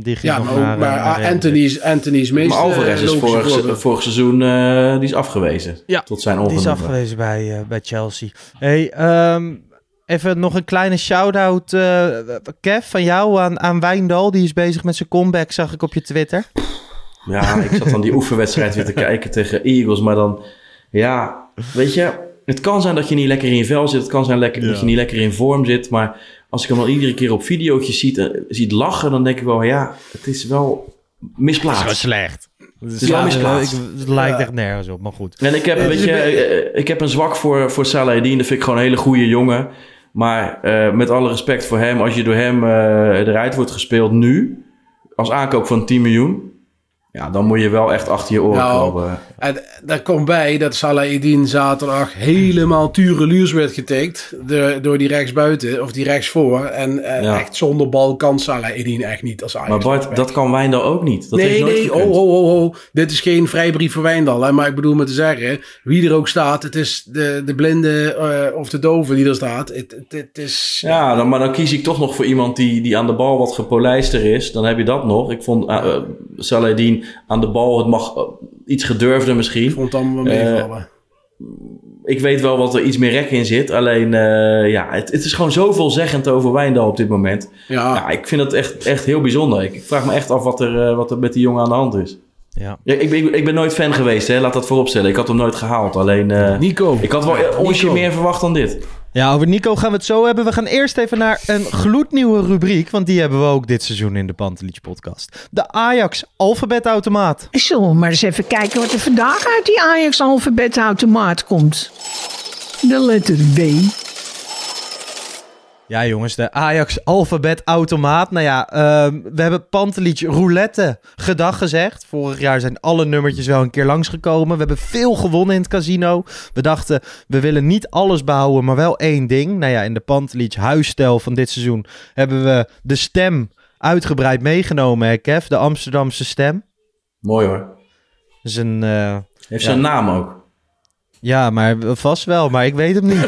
Die ging Ja, nog maar, ook, naar, maar uh, naar Anthony is, Anthony is meest Maar Alvarez is vorig, vorig, vorig seizoen uh, die is afgewezen. Ja, tot zijn die is ongenoegen. afgewezen bij, uh, bij Chelsea. Hey, um, even nog een kleine shout-out, uh, Kev, van jou aan, aan Wijndal. Die is bezig met zijn comeback, zag ik op je Twitter. Ja, ik zat dan die oefenwedstrijd weer te kijken tegen Eagles. Maar dan, ja, weet je, het kan zijn dat je niet lekker in je vel zit. Het kan zijn lekker, ja. dat je niet lekker in vorm zit. Maar als ik hem al iedere keer op videootjes ziet, uh, ziet lachen, dan denk ik wel, ja, het is wel misplaatst. Het is wel slecht. Het is wel misplaatst. Het lijkt echt nergens op, maar goed. En ik heb, weet je, ik heb een zwak voor, voor Salahedin. Dat vind ik gewoon een hele goede jongen. Maar uh, met alle respect voor hem, als je door hem uh, eruit wordt gespeeld nu, als aankoop van tien miljoen... Ja, dan moet je wel echt achter je oren nou, komen. En daar komt bij dat Salahedin zaterdag helemaal tureluurs werd getikt de, door die rechtsbuiten of die rechtsvoor. En, en ja. echt zonder bal kan Salahedin echt niet als Ajax. Maar Bart, dat kan Wijndal ook niet. Dat nee, heeft nooit nee, oh, oh, oh, oh. Dit is geen vrijbrief voor Wijndal. Hè? Maar ik bedoel maar te zeggen, wie er ook staat, het is de, de blinde uh, of de dove die er staat. Het, het, het is... Ja, dan, maar dan kies ik toch nog voor iemand die, die aan de bal wat gepolijster is. Dan heb je dat nog. Ik vond uh, Salahedin aan de bal, het mag uh, iets gedurfder misschien. Ik vond het allemaal meevallen. Uh, ik weet wel wat er iets meer rek in zit. Alleen, uh, ja, het, het is gewoon zoveelzeggend over Wijndal op dit moment. Ja. ja ik vind het echt, echt heel bijzonder. Ik, ik vraag me echt af wat er, uh, wat er met die jongen aan de hand is. Ja. Ja, ik, ik, ik ben nooit fan geweest, hè. Laat dat vooropstellen. Ik had hem nooit gehaald. Alleen, uh, Nico. Ik had wel onsje meer verwacht dan dit. Ja, over Nico gaan we het zo hebben. We gaan eerst even naar een gloednieuwe rubriek, want die hebben we ook dit seizoen in de Pantelich podcast. De Ajax alfabetautomaat. Zullen we maar eens even kijken wat er vandaag uit die Ajax alfabetautomaat komt. De letter W. Ja jongens, de Ajax alfabetautomaat. Nou ja, uh, we hebben Pantelich roulette gedag gezegd. Vorig jaar zijn alle nummertjes wel een keer langsgekomen. We hebben veel gewonnen in het casino. We dachten, we willen niet alles behouden, maar wel één ding. Nou ja, in de Pantelich huisstijl van dit seizoen hebben we de stem uitgebreid meegenomen, hè Kev? De Amsterdamse stem. Mooi hoor. Dat is een... Uh, Heeft zijn ja. naam ook. Ja, maar vast wel, maar ik weet hem niet.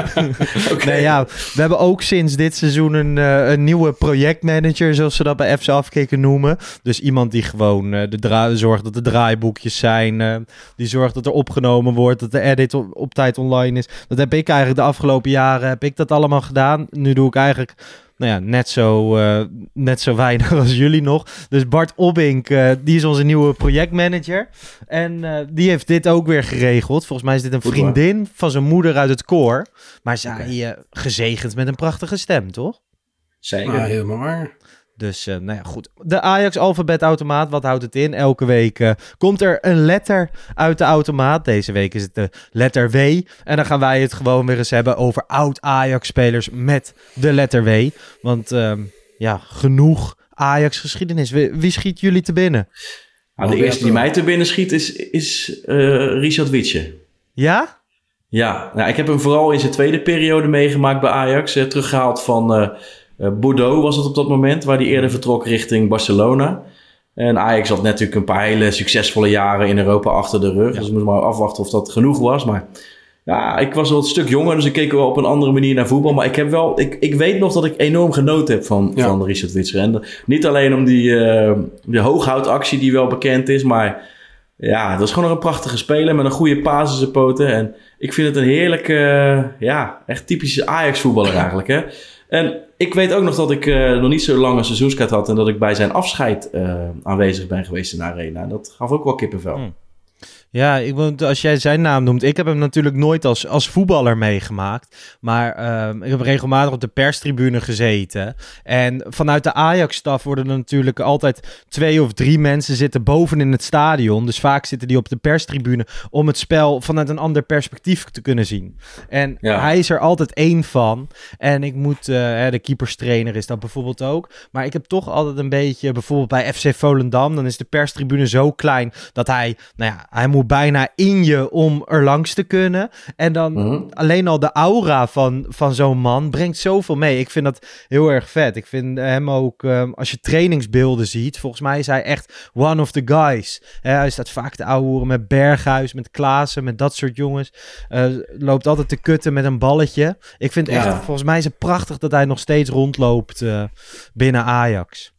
Okay. Nee, ja, we hebben ook sinds dit seizoen een, uh, een nieuwe projectmanager, zoals ze dat bij F C Afkikken noemen. Dus iemand die gewoon uh, de dra- zorgt dat de draaiboekjes zijn, uh, die zorgt dat er opgenomen wordt, dat de edit op, op tijd online is. Dat heb ik eigenlijk de afgelopen jaren, heb ik dat allemaal gedaan. Nu doe ik eigenlijk... Nou ja, net zo, uh, net zo weinig als jullie nog. Dus Bart Obbink, uh, die is onze nieuwe projectmanager. En uh, die heeft dit ook weer geregeld. Volgens mij is dit een vriendin van zijn moeder uit het koor. Maar zij okay. uh, gezegend met een prachtige stem, toch? Zeker. Ja, helemaal waar. Dus, uh, nou ja, goed. De Ajax alfabetautomaat, wat houdt het in? Elke week uh, komt er een letter uit de automaat. Deze week is het de letter W. En dan gaan wij het gewoon weer eens hebben over oud-Ajax-spelers met de letter W. Want, uh, ja, genoeg Ajax-geschiedenis. Wie, wie schiet jullie te binnen? Nou, de eerste die mij te binnen schiet is, is uh, Richard Witsche. Ja? Ja, nou, ik heb hem vooral in zijn tweede periode meegemaakt bij Ajax. Uh, teruggehaald van... Uh, Uh, Bordeaux was het op dat moment, waar hij eerder vertrok richting Barcelona. En Ajax had natuurlijk een paar hele succesvolle jaren in Europa achter de rug. Ja. Dus we moeten maar afwachten of dat genoeg was. Maar ja, ik was wel een stuk jonger, dus ik keek wel op een andere manier naar voetbal. Maar ik heb wel, ik, ik weet nog dat ik enorm genoten heb van, ja. van Richard Witsche. En niet alleen om die, uh, die hooghoutactie die wel bekend is, maar ja, dat is gewoon een prachtige speler met een goede paas in zijn poten. En ik vind het een heerlijke, uh, ja, echt typische Ajax voetballer eigenlijk, hè. En ik weet ook nog dat ik uh, nog niet zo lang een seizoenskaart had en dat ik bij zijn afscheid uh, aanwezig ben geweest in de arena. Dat gaf ook wel kippenvel. Hmm. Ja, ik, als jij zijn naam noemt, ik heb hem natuurlijk nooit als, als voetballer meegemaakt. Maar uh, ik heb regelmatig op de perstribune gezeten. En vanuit de Ajax-staf worden er natuurlijk altijd twee of drie mensen zitten boven in het stadion. Dus vaak zitten die op de perstribune om het spel vanuit een ander perspectief te kunnen zien. En ja. hij is er altijd één van. En ik moet, uh, de keeperstrainer is dat bijvoorbeeld ook. Maar ik heb toch altijd een beetje, bijvoorbeeld bij F C Volendam, dan is de perstribune zo klein dat hij, nou ja, hij moet bijna in je om er langs te kunnen. En dan mm-hmm. alleen al de aura van, van zo'n man brengt zoveel mee. Ik vind dat heel erg vet. Ik vind hem ook, um, als je trainingsbeelden ziet, volgens mij is hij echt one of the guys. He, hij staat vaak te ouwehoeren met Berghuis, met Klaassen, met dat soort jongens. Uh, loopt altijd te kutten met een balletje. Ik vind echt, ja. volgens mij is het prachtig dat hij nog steeds rondloopt uh, binnen Ajax.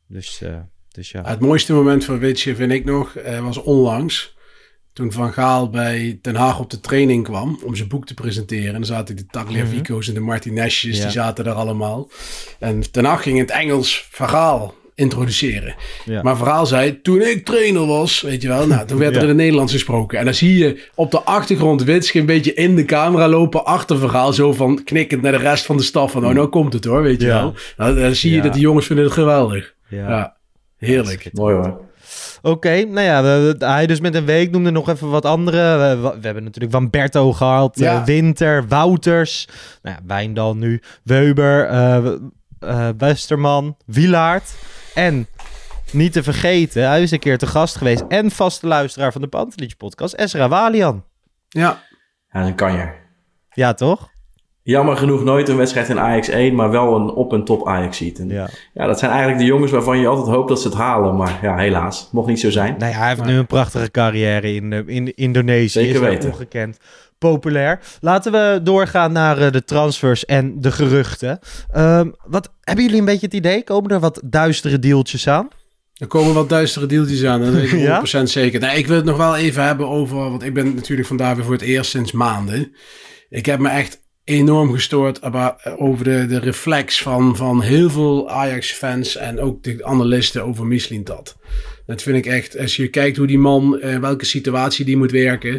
Dus, uh, dus ja. Het mooiste moment van Witsje vind ik nog, uh, was onlangs. Toen Van Gaal bij Den Haag op de training kwam om zijn boek te presenteren. En dan zaten de Tagliafico's mm-hmm. en de Martinezjes, ja. die zaten daar allemaal. En Ten Hag ging in het Engels Van Gaal introduceren. Ja. Maar Van Gaal zei, toen ik trainer was, weet je wel, nou, toen werd er ja. in het Nederlands gesproken. En dan zie je op de achtergrond Witsche een beetje in de camera lopen achter Van Gaal, zo van knikkend naar de rest van de staf. Van, oh, nou komt het hoor, weet je ja. wel. Nou, dan zie je ja. dat die jongens vinden het geweldig. Ja, ja. Heerlijk. Ja, mooi hoor. Oké, okay, nou ja, we, hij dus met een week noemde nog even wat andere. We, we hebben natuurlijk Van Berto gehad, ja. uh, Winter, Wouters, nou ja, Wijndal nu, Weber, uh, uh, Westerman, Wielaert en niet te vergeten, hij is een keer te gast geweest en vaste luisteraar van de Pantelich podcast, Ezra Walian. Ja. Ja, dat kan je. Ja, toch? Jammer genoeg nooit een wedstrijd in Ajax één, maar wel een op- en top Ajax-seat. Ja. ja, dat zijn eigenlijk de jongens waarvan je altijd hoopt dat ze het halen. Maar ja, helaas. Mocht niet zo zijn. Nou ja, hij heeft maar... nu een prachtige carrière in, in Indonesië. Zeker weten. Ongekend populair. Laten we doorgaan naar uh, de transfers en de geruchten. Um, wat, hebben jullie een beetje het idee? Komen er wat duistere deeltjes aan? Er komen wat duistere deeltjes aan, dat weet ik honderd procent ja? zeker. Nou, ik wil het nog wel even hebben over, want ik ben natuurlijk vandaag weer voor het eerst sinds maanden. Ik heb me echt enorm gestoord over de, de reflex van, van heel veel Ajax-fans en ook de analisten over Mislintat. Dat vind ik echt, als je kijkt hoe die man, uh, welke situatie die moet werken,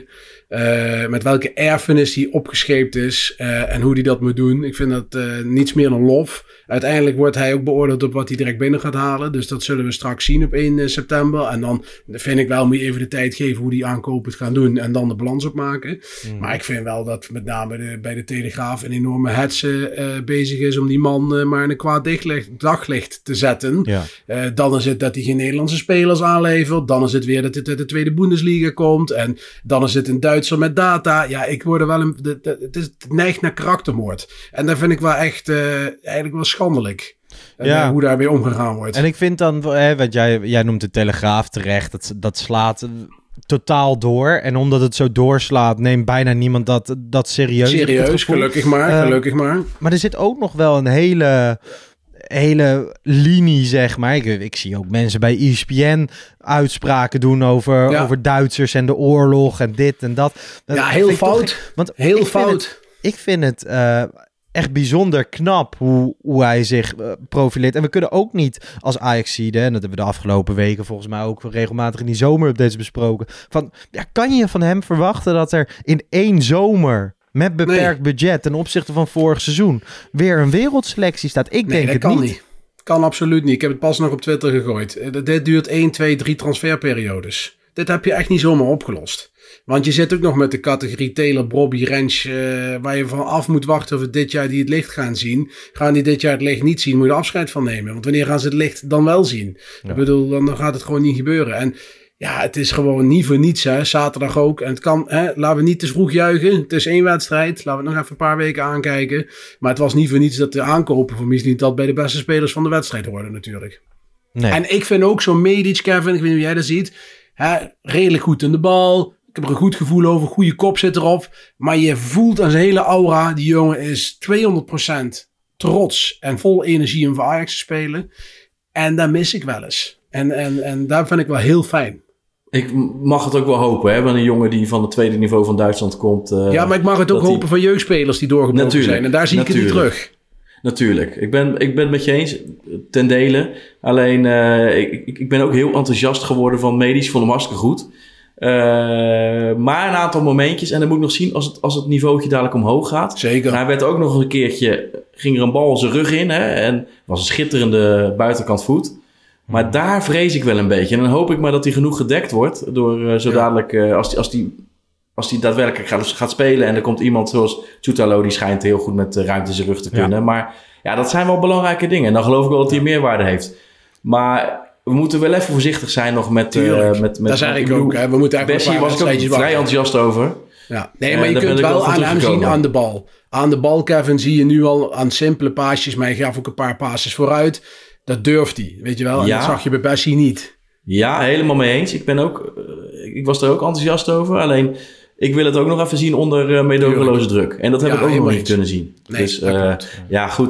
uh, met welke erfenis die opgescheept is uh, en hoe die dat moet doen. Ik vind dat uh, niets meer dan lof. Uiteindelijk wordt hij ook beoordeeld op wat hij direct binnen gaat halen. Dus dat zullen we straks zien op één september. En dan vind ik wel, moet je even de tijd geven hoe die aankopen het gaan doen. En dan de balans opmaken. Mm. Maar ik vind wel dat met name de, bij de Telegraaf een enorme hetze uh, bezig is om die man uh, maar in een kwaad daglicht, daglicht te zetten. Ja. Uh, dan is het dat hij geen Nederlandse spelers aanlevert. Dan is het weer dat het uit de Tweede Bundesliga komt. En dan is het een Duitser met data. Ja, ik word er wel een... De, de, het, is, het neigt naar karaktermoord. En dat vind ik wel echt uh, eigenlijk wel schandelijk. En ja. hoe daarmee omgegaan wordt. En ik vind dan, hè, want jij, jij noemt de Telegraaf terecht, dat, dat slaat totaal door. En omdat het zo doorslaat, neemt bijna niemand dat, dat serieus. Serieus, gelukkig maar, gelukkig uh, maar. Maar er zit ook nog wel een hele... hele linie, zeg maar. Ik, ik zie ook mensen bij E S P N uitspraken doen over, ja. over Duitsers en de oorlog en dit en dat. dat ja, heel fout. Toch, want heel ik fout. Vind het, ik vind het uh, echt bijzonder knap hoe, hoe hij zich uh, profileert. En we kunnen ook niet als Ajaxide, en dat hebben we de afgelopen weken volgens mij ook regelmatig in die zomerupdates besproken, van, ja, kan je van hem verwachten dat er in één zomer met beperkt nee. budget ten opzichte van vorig seizoen weer een wereldselectie staat? Ik nee, denk het kan niet. niet. Kan absoluut niet. Ik heb het pas nog op Twitter gegooid. Dit duurt één, twee, drie transferperiodes. Dit heb je echt niet zomaar opgelost. Want je zit ook nog met de categorie Taylor, Bobby, Rens, uh, waar je van af moet wachten of het dit jaar die het licht gaan zien. Gaan die dit jaar het licht niet zien, moet je er afscheid van nemen. Want wanneer gaan ze het licht dan wel zien? Ja. Ik bedoel, dan gaat het gewoon niet gebeuren. En ja, het is gewoon niet voor niets, hè. Zaterdag ook. En het kan, hè, laten we niet te vroeg juichen. Het is één wedstrijd. Laten we het nog even een paar weken aankijken. Maar het was niet voor niets dat de aankopen van Mislintat bij de beste spelers van de wedstrijd hoorden natuurlijk. Nee. En ik vind ook zo'n Medic, Kevin, ik weet niet hoe jij dat ziet. Hè, redelijk goed in de bal. Ik heb er een goed gevoel over. Goede kop zit erop. Maar je voelt aan zijn hele aura. Die jongen is tweehonderd procent trots en vol energie om voor Ajax te spelen. En daar mis ik wel eens. En, en, en daar vind ik wel heel fijn. Ik mag het ook wel hopen, hè, van een jongen die van het tweede niveau van Duitsland komt. Uh, ja, maar ik mag het ook hopen die... van jeugdspelers die doorgebroken zijn. En daar zie ik het niet terug. Natuurlijk. Ik ben, ik ben het met je eens, ten dele. Alleen, uh, ik, ik ben ook heel enthousiast geworden van Medisch. Ik vond hem hartstikke goed. Uh, maar een aantal momentjes. En dan moet ik nog zien als het, als het niveautje dadelijk omhoog gaat. Zeker. En hij werd ook nog een keertje, ging er een bal zijn rug in. Hè, en was een schitterende buitenkant voet. Maar daar vrees ik wel een beetje. En dan hoop ik maar dat hij genoeg gedekt wordt. Door uh, zo ja. dadelijk, uh, als die, als die, als die daadwerkelijk gaat, gaat spelen. En er komt iemand zoals Tsoutalo, die schijnt heel goed met uh, ruimte in zijn rug te kunnen. Ja. Maar ja, dat zijn wel belangrijke dingen. En dan geloof ik wel dat hij ja. meerwaarde heeft. Maar we moeten wel even voorzichtig zijn nog met... Uh, met, met dat zeg ik ook. Hè. We moeten Bessie was ik ook vrij wachten. enthousiast over. Ja. Nee, maar je kunt wel aan hem zien aan de bal. Aan de bal, Kevin, zie je nu al aan simpele paasjes. Maar hij gaf ook een paar passes vooruit. Dat durft hij, weet je wel. En ja. dat zag je bij Bessie niet. Ja, helemaal mee eens. Ik ben ook... Uh, ik was er ook enthousiast over. Alleen, ik wil het ook nog even zien onder uh, meedogenloze druk. En dat heb ja, ik ook nog niet eens. kunnen zien. Nee, dus uh, ja, goed.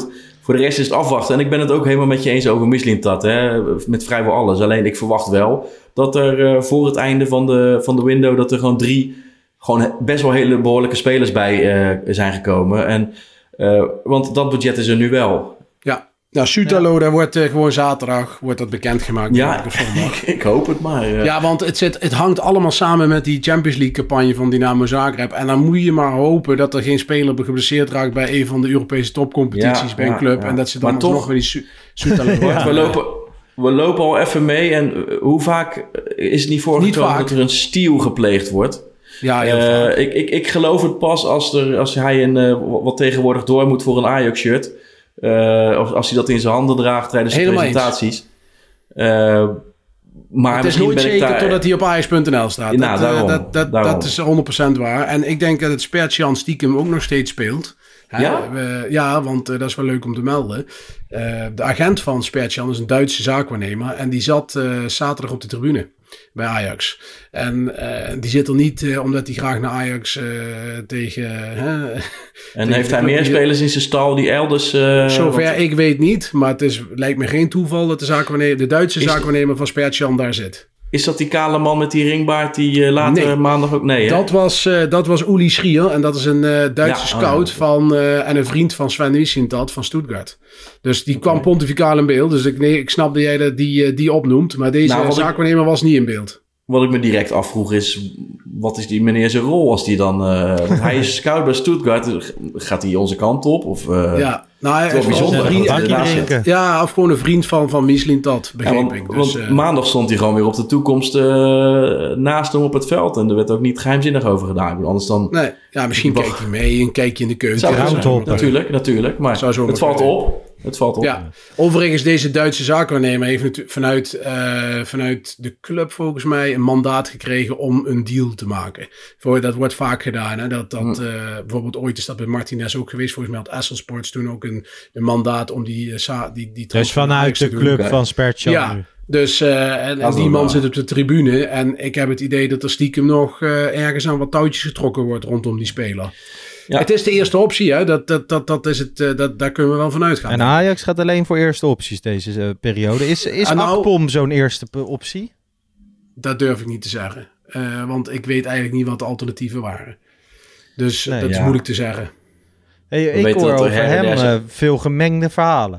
voor de rest is het afwachten. En ik ben het ook helemaal met je eens over Mislintat. Hè? Met vrijwel alles. Alleen ik verwacht wel dat er uh, voor het einde van de, van de window... dat er gewoon drie gewoon best wel hele behoorlijke spelers bij uh, zijn gekomen. En, uh, want dat budget is er nu wel. Ja. Nou, Soetalo, ja. daar wordt uh, gewoon zaterdag wordt dat bekendgemaakt. Ja, ik, ik hoop het maar. Uh. Ja, want het, zit, het hangt allemaal samen met die Champions League campagne van Dynamo Zagreb. En dan moet je maar hopen dat er geen speler geblesseerd raakt bij een van de Europese topcompetities ja, bij een ja, club. Ja. En dat ze dan maar toch weer die Soetalo ja. we, lopen, we lopen al even mee. En hoe vaak is het niet voorgekomen dat er een steal gepleegd wordt? Ja, heel uh, ik, ik, ik geloof het pas als, er, als hij een, uh, wat tegenwoordig door moet voor een Ajax-shirt. Uh, of als hij dat in zijn handen draagt tijdens de Helemaal presentaties. Uh, maar het is nooit zeker daar... totdat hij op Ajax punt n l staat. Nou, dat, daarom, dat, dat, daarom. dat is honderd procent waar. En ik denk dat het Spertjan stiekem ook nog steeds speelt. Hè? Ja? We, ja, want uh, dat is wel leuk om te melden. Uh, de agent van Spertjan is een Duitse zaakwaarnemer. En die zat uh, zaterdag op de tribune bij Ajax. En uh, die zit er niet uh, omdat hij graag naar Ajax uh, tegen... Uh, en tegen heeft hij meer spelers in zijn stal die elders... Uh, Zover wat... ik weet niet. Maar het is, lijkt me geen toeval dat de, zaakwaarnemer, de Duitse zaakwaarnemer van Spertjan daar zit. Is dat die kale man met die ringbaard die uh, later nee. maandag ook... Nee, dat was, uh, dat was Uli Schrier. En dat is een uh, Duitse ja, scout oh, ja. van, uh, en een vriend van Sven Mislintat van Stuttgart. Dus die okay. kwam pontificaal in beeld. Dus ik, nee, ik snap dat jij dat die, uh, die opnoemt. Maar deze nou, zaakwaarnemer ik... was niet in beeld. Wat ik me direct afvroeg is, wat is die meneer zijn rol als die dan... Uh, want hij is scout bij Stuttgart, gaat hij onze kant op? Of, uh, ja, nou hij is bijzonder. Vriend, ja, of gewoon een vriend van, van Mislintat, begreep ja, want, ik. Dus, want uh, maandag stond hij gewoon weer op de toekomst uh, naast hem op het veld. En er werd ook niet geheimzinnig over gedaan. Anders dan... Nee, ja, misschien kijkt wacht... hij mee, een kijkje in de keuken. Zou ja, top, natuurlijk, natuurlijk. Maar het valt op. Het valt op. Ja. Overigens, deze Duitse zaakwaarnemer heeft natuurlijk vanuit, uh, vanuit de club volgens mij een mandaat gekregen om een deal te maken. Voor, dat wordt vaak gedaan. Hè? Dat, dat, mm. uh, bijvoorbeeld ooit is dat bij Martinez ook geweest. Volgens mij had Essel Sports toen ook een, een mandaat om die, uh, die, die dus vanuit de club okay. van Spertjan. Ja. Nu. Dus uh, en, en die man zit op de tribune. En ik heb het idee dat er stiekem nog uh, ergens aan wat touwtjes getrokken wordt rondom die speler. Ja. Het is de eerste optie, hè? Dat, dat, dat, dat is het, uh, dat, daar kunnen we wel van uitgaan. En Ajax gaat alleen voor eerste opties deze uh, periode. Is, is nou, Akpom zo'n eerste optie? Dat durf ik niet te zeggen. Uh, want ik weet eigenlijk niet wat de alternatieven waren. Dus nee, dat ja. is moeilijk te zeggen. Hey, ik hoor over hem uh, veel gemengde verhalen.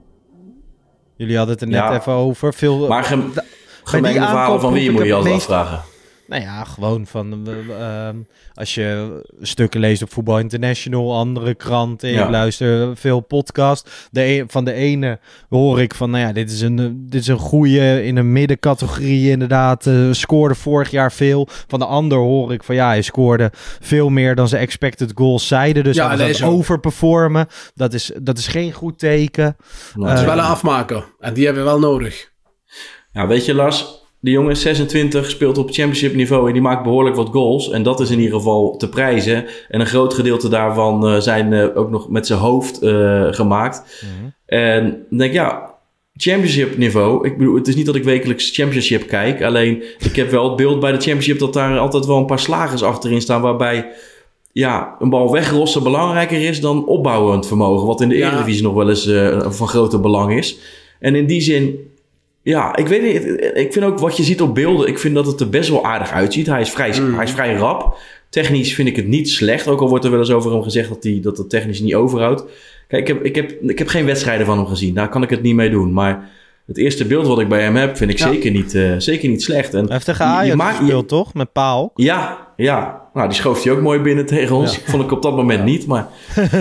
Jullie hadden het er net ja. even over. Veel, maar gem, gemengde verhalen van wie moet je altijd meest... afvragen? Nou ja, gewoon van uh, uh, als je stukken leest op Voetbal International, andere kranten, ja. ik luister veel podcast. De een, van de ene hoor ik van, nou ja, dit is een, dit is een goeie in een middencategorie inderdaad. Uh, scoorde vorig jaar veel. Van de ander hoor ik van, ja, hij scoorde veel meer dan zijn expected goals zeiden. Dus ja, hij was aan het overperformen. Dat is, dat is geen goed teken. Nou, het uh, is wel een afmaker. En die hebben we wel nodig. Ja, weet je Lars... Die jongen is zesentwintig, speelt op championship niveau en die maakt behoorlijk wat goals. En dat is in ieder geval te prijzen. En een groot gedeelte daarvan uh, zijn uh, ook nog met zijn hoofd uh, gemaakt. Mm-hmm. En dan denk ik, ja, championship niveau. Ik bedoel, het is niet dat ik wekelijks championship kijk. Alleen, ik heb wel het beeld bij de championship dat daar altijd wel een paar slagers achterin staan. Waarbij, ja, een bal wegrossen belangrijker is dan opbouwend vermogen. Wat in de ja. Eredivisie nog wel eens uh, van groter belang is. En in die zin... Ja, ik weet niet. Ik vind ook wat je ziet op beelden. Ik vind dat het er best wel aardig uitziet. Hij is vrij, mm. hij is vrij rap. Technisch vind ik het niet slecht. Ook al wordt er wel eens over hem gezegd dat hij dat het technisch niet overhoudt. Kijk, ik heb, ik, heb, ik heb geen wedstrijden van hem gezien. Daar kan ik het niet mee doen. Maar het eerste beeld wat ik bij hem heb, vind ik ja. zeker, niet, uh, zeker niet slecht. En hij heeft tegen Ajax gespeeld, toch? Met Paal. Ja, ja. Nou, die schoof hij ook mooi binnen tegen ons. Ja. Vond ik op dat moment ja. niet, maar...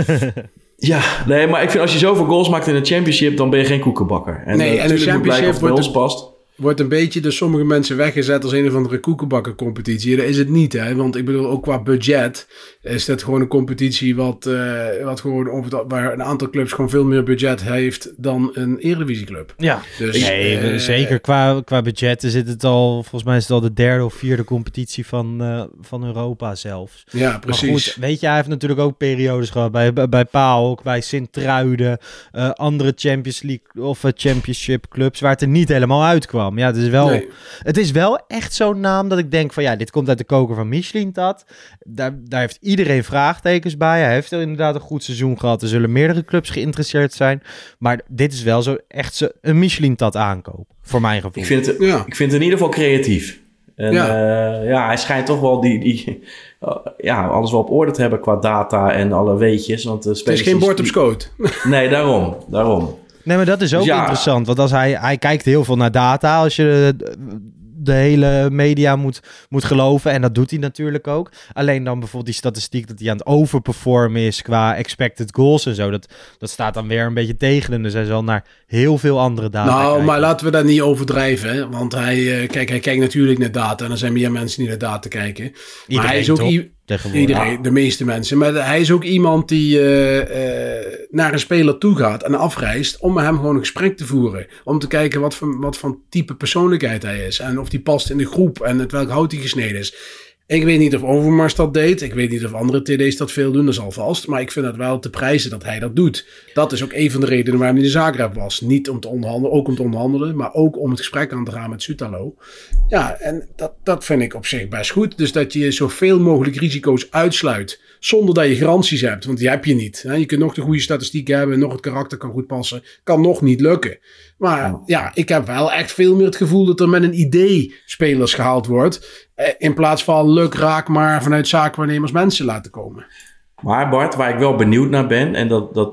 Ja, nee, maar ik vind als je zoveel goals maakt in een championship, dan ben je geen koekenbakker. En, nee, uh, en de championship of bij ons past. Wordt een beetje door sommige mensen weggezet als een of andere koekenbakkercompetitie. Dat is het niet, hè. Want ik bedoel, ook qua budget is dat gewoon een competitie wat, uh, wat gewoon over waar een aantal clubs gewoon veel meer budget heeft dan een Eredivisieclub. Ja, dus, nee, uh, zeker qua, qua budget zit het al, volgens mij is het al de derde of vierde competitie van, uh, van Europa zelfs. Ja, precies. Maar goed, weet je, hij heeft natuurlijk ook periodes gehad bij, bij, bij PAOK, bij Sint-Truiden, uh, andere Champions League of uh, Championship clubs waar het er niet helemaal uitkwam. kwam. Ja, het is wel, Nee. het is wel echt zo'n naam dat ik denk van ja, dit komt uit de koker van Mislintat. Daar, daar heeft iedereen vraagtekens bij. Hij heeft inderdaad een goed seizoen gehad. Er zullen meerdere clubs geïnteresseerd zijn. Maar dit is wel zo echt zo een Mislintat aankoop, voor mijn gevoel. Ik vind het, Ja. ik vind het in ieder geval creatief. En Ja. ja, ja hij schijnt toch wel die, die, uh, ja, alles wel op orde te hebben qua data en alle weetjes. Want de Het spelers is geen bord op die- schoot. Nee, daarom. daarom. Nee, maar dat is ook Dus ja. interessant. Want als hij, hij kijkt heel veel naar data. Als je de, de hele media moet, moet geloven. En dat doet hij natuurlijk ook. Alleen dan bijvoorbeeld die statistiek dat hij aan het overperformen is qua expected goals en zo. Dat, dat staat dan weer een beetje tegen hem. Dus hij zal naar heel veel andere data Nou, kijken. maar laten we dat niet overdrijven. Hè? Want hij, uh, kijk, hij kijkt natuurlijk naar data. En er zijn meer mensen die naar data kijken. Maar Iedereen hij is ook toch? i- Tegenwoordig. Iedereen, de meeste mensen. Maar hij is ook iemand die uh, uh, naar een speler toe gaat en afreist om met hem gewoon een gesprek te voeren. Om te kijken wat voor, wat voor type persoonlijkheid hij is. En of die past in de groep en uit welk hout hij gesneden is. Ik weet niet of Overmars dat deed. Ik weet niet of andere T D's dat veel doen. Dat is al vast. Maar ik vind het wel te prijzen dat hij dat doet. Dat is ook een van de redenen waarom hij in de Zagreb was. Niet om te onderhandelen, ook om te onderhandelen. Maar ook om het gesprek aan te gaan met Sutalo. Ja, en dat, dat vind ik op zich best goed. Dus dat je zoveel mogelijk risico's uitsluit. Zonder dat je garanties hebt. Want die heb je niet. Je kunt nog de goede statistiek hebben. Nog het karakter kan goed passen. Kan nog niet lukken. Maar ja, ik heb wel echt veel meer het gevoel dat er met een idee spelers gehaald wordt. In plaats van luk, raak maar vanuit zaakwaarnemers mensen laten komen. Maar Bart, waar ik wel benieuwd naar ben... en dat, dat,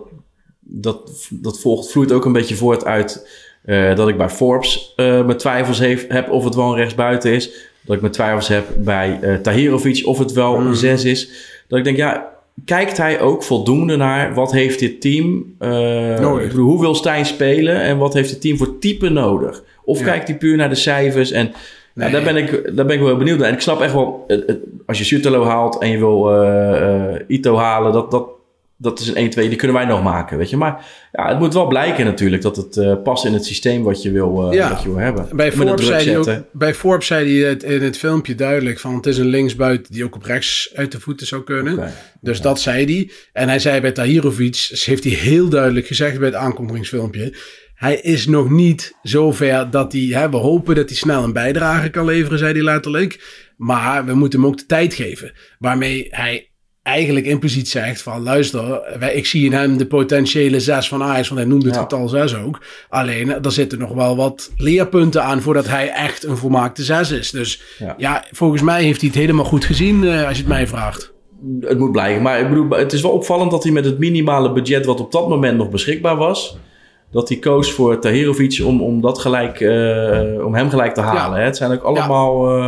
dat, dat volgt, vloeit ook een beetje voort uit... Uh, dat ik bij Forbes uh, mijn twijfels heeft, heb of het wel een rechtsbuiten is. Dat ik mijn twijfels heb bij uh, Tahirovic of het wel mm. een zes is. Dat ik denk, ja, kijkt hij ook voldoende naar... wat heeft dit team... Uh, ik bedoel, hoe wil Stijn spelen en wat heeft het team voor type nodig? Of ja. kijkt hij puur naar de cijfers en... Nee. Ja, daar, ben ik, daar ben ik wel benieuwd naar. En ik snap echt wel, als je Sutalo haalt en je wil uh, uh, Ito halen, dat, dat, dat is een één twee, die kunnen wij nog maken, weet je. Maar ja, het moet wel blijken natuurlijk dat het uh, past in het systeem wat je wil, uh, ja. wat je wil hebben. Bij Forbes, zei hij ook, bij Forbes zei hij het in het filmpje duidelijk van het is een linksbuiten die ook op rechts uit de voeten zou kunnen. Okay. Dus okay. dat zei hij. En hij zei bij Tahirovic, heeft hij heel duidelijk gezegd bij het aankondigingsfilmpje... Hij is nog niet zover dat hij... Hè, we hopen dat hij snel een bijdrage kan leveren, zei hij letterlijk. Maar we moeten hem ook de tijd geven. Waarmee hij eigenlijk impliciet zegt van... Luister, ik zie in hem de potentiële zes van Ajax. Want hij noemde het ja. getal zes ook. Alleen, er zitten nog wel wat leerpunten aan... voordat hij echt een volmaakte zes is. Dus ja, ja volgens mij heeft hij het helemaal goed gezien... Uh, als je het mij vraagt. Het moet blijken. Maar ik bedoel, het is wel opvallend dat hij met het minimale budget... wat op dat moment nog beschikbaar was... dat hij koos voor Tahirovic om, om, dat gelijk, uh, om hem gelijk te halen. Ja. Hè? Het zijn ook allemaal... Ja. Uh,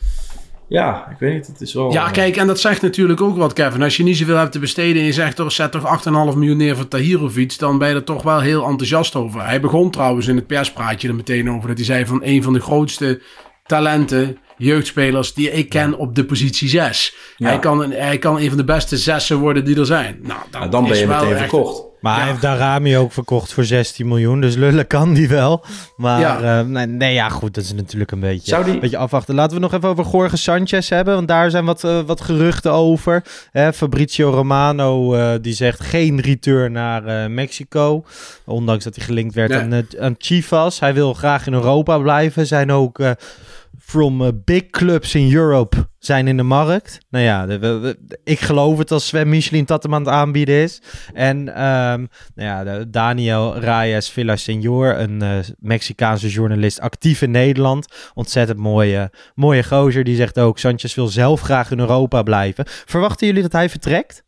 ja, ik weet niet. Het is wel... Ja, kijk, en dat zegt natuurlijk ook wat, Kevin. Als je niet zoveel hebt te besteden en je zegt... toch zet toch acht komma vijf miljoen neer voor Tahirovic... dan ben je er toch wel heel enthousiast over. Hij begon trouwens in het perspraatje er meteen over... dat hij zei van een van de grootste talenten... jeugdspelers die ik ken op de positie zes. Ja. Hij, kan, hij kan een van de beste zessen worden die er zijn. Nou, dan, ja, dan ben je meteen echt... verkocht. Maar ja. hij heeft Darami ook verkocht voor zestien miljoen. Dus lullen kan die wel. Maar ja. Uh, nee, nee, ja goed, dat is natuurlijk een beetje, die... beetje afwachten. Laten we nog even over Jorge Sanchez hebben. Want daar zijn wat, uh, wat geruchten over. Hè, Fabrizio Romano uh, die zegt geen return naar uh, Mexico. Ondanks dat hij gelinkt werd ja. aan, uh, aan Chivas. Hij wil graag in Europa blijven. Zijn ook... Uh, From uh, big clubs in Europe zijn in de markt. Nou ja, de, de, de, ik geloof het als Sven Mislintat hem aan het aanbieden is. En um, nou ja, de Daniel Reyes Villaseñor, een uh, Mexicaanse journalist actief in Nederland. Ontzettend mooie, mooie gozer. Die zegt ook, Sanchez wil zelf graag in Europa blijven. Verwachten jullie dat hij vertrekt?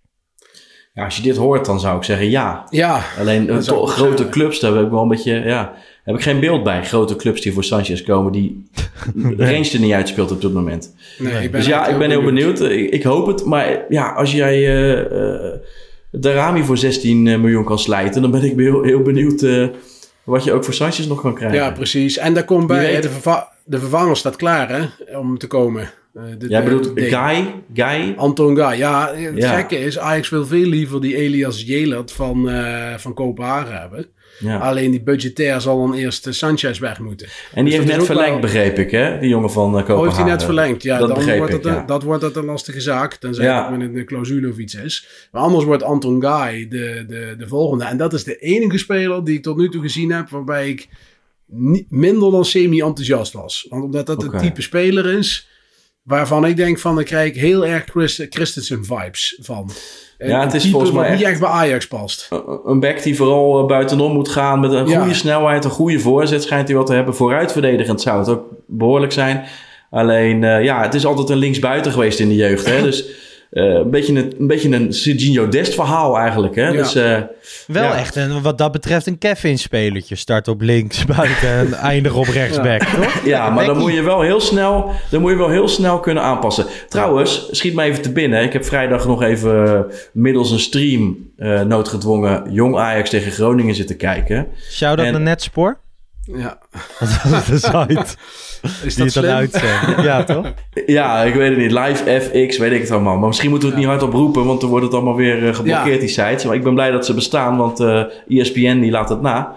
Ja, als je dit hoort, dan zou ik zeggen ja. Ja. Alleen uh, to- grote zeggen. clubs, daar heb ik wel een beetje... ja. Heb ik geen beeld bij. Grote clubs die voor Sanchez komen... die de range er niet uitspeelt op dit moment. Nee, ik ben dus ja, ik ben heel benieuwd. benieuwd. Ik, ik hoop het. Maar ja, als jij uh, uh, Darami voor zestien miljoen kan slijten... dan ben ik heel, heel benieuwd... Uh, wat je ook voor Sanchez nog kan krijgen. Ja, precies. En daar komt bij... Hè, de, verva- de vervanger staat klaar hè, om te komen. Uh, de, Jij bedoelt de, Guy? Guy? Anton Guy. Ja, het ja. gekke is... Ajax wil veel liever die Elias Jelert van, uh, van Kopenhagen hebben... Ja. Alleen die budgetair zal dan eerst uh, Sanchez weg moeten. En die dus heeft net verlengd, wel... begreep ik, hè? Die jongen van uh, Kopenhagen. Oh, heeft hij net verlengd? Ja, dat dan wordt ik, het een, ja. dat wordt het een lastige zaak. Tenzij ja. het met een clausule of iets is. Maar anders wordt Anton Guy de, de, de volgende. En dat is de enige speler die ik tot nu toe gezien heb... waarbij ik niet, minder dan semi-enthousiast was. Want omdat dat okay. een type speler is waarvan ik denk van, dan krijg ik heel erg Christ, Christensen vibes van. En ja, het is volgens mij niet echt bij Ajax past. Een back die vooral buitenom moet gaan met een goede ja. snelheid, een goede voorzet schijnt hij wel te hebben. Vooruitverdedigend zou het ook behoorlijk zijn. Alleen, uh, ja, het is altijd een linksbuiten geweest in de jeugd. Hè? Dus uh, een beetje een, een, beetje een Serginho Dest verhaal eigenlijk. Hè? Ja. Dus, uh, wel ja. echt een, wat dat betreft een Kevin-spelertje. Start op links buiten en eindig op rechtsback, ja. toch? Ja, maar dan moet je wel heel snel, dan moet je wel heel snel kunnen aanpassen. Trouwens, schiet me even te binnen. Ik heb vrijdag nog even uh, middels een stream uh, noodgedwongen Jong Ajax tegen Groningen zitten kijken. Shout-out en, naar Netspoor. Ja. Dat was de site. Is dat slim? Uitzenden. Ja, toch? Ja, ik weet het niet. Live F X, weet ik het allemaal. Maar misschien moeten we het ja. niet hardop roepen, want dan wordt het allemaal weer uh, geblokkeerd, ja. die sites. Maar ik ben blij dat ze bestaan, want uh, E S P N die laat het na.